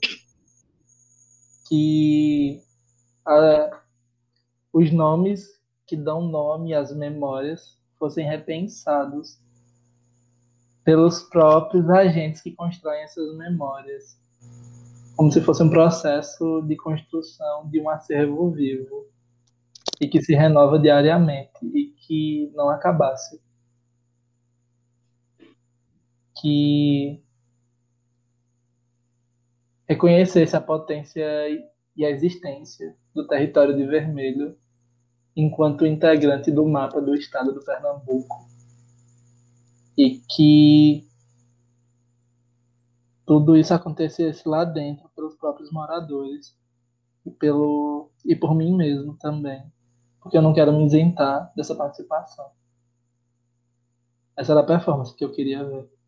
Que a, os nomes que dão nome às memórias fossem repensados pelos próprios agentes que constroem essas memórias, como se fosse um processo de construção de um acervo vivo e que se renova diariamente e que não acabasse. Que reconhecesse a potência e a existência do território de Vermelho enquanto integrante do mapa do estado do Pernambuco e que tudo isso acontecesse lá dentro pelos próprios moradores e por mim mesmo também, porque eu não quero me isentar dessa participação. Essa era a performance que eu queria ver.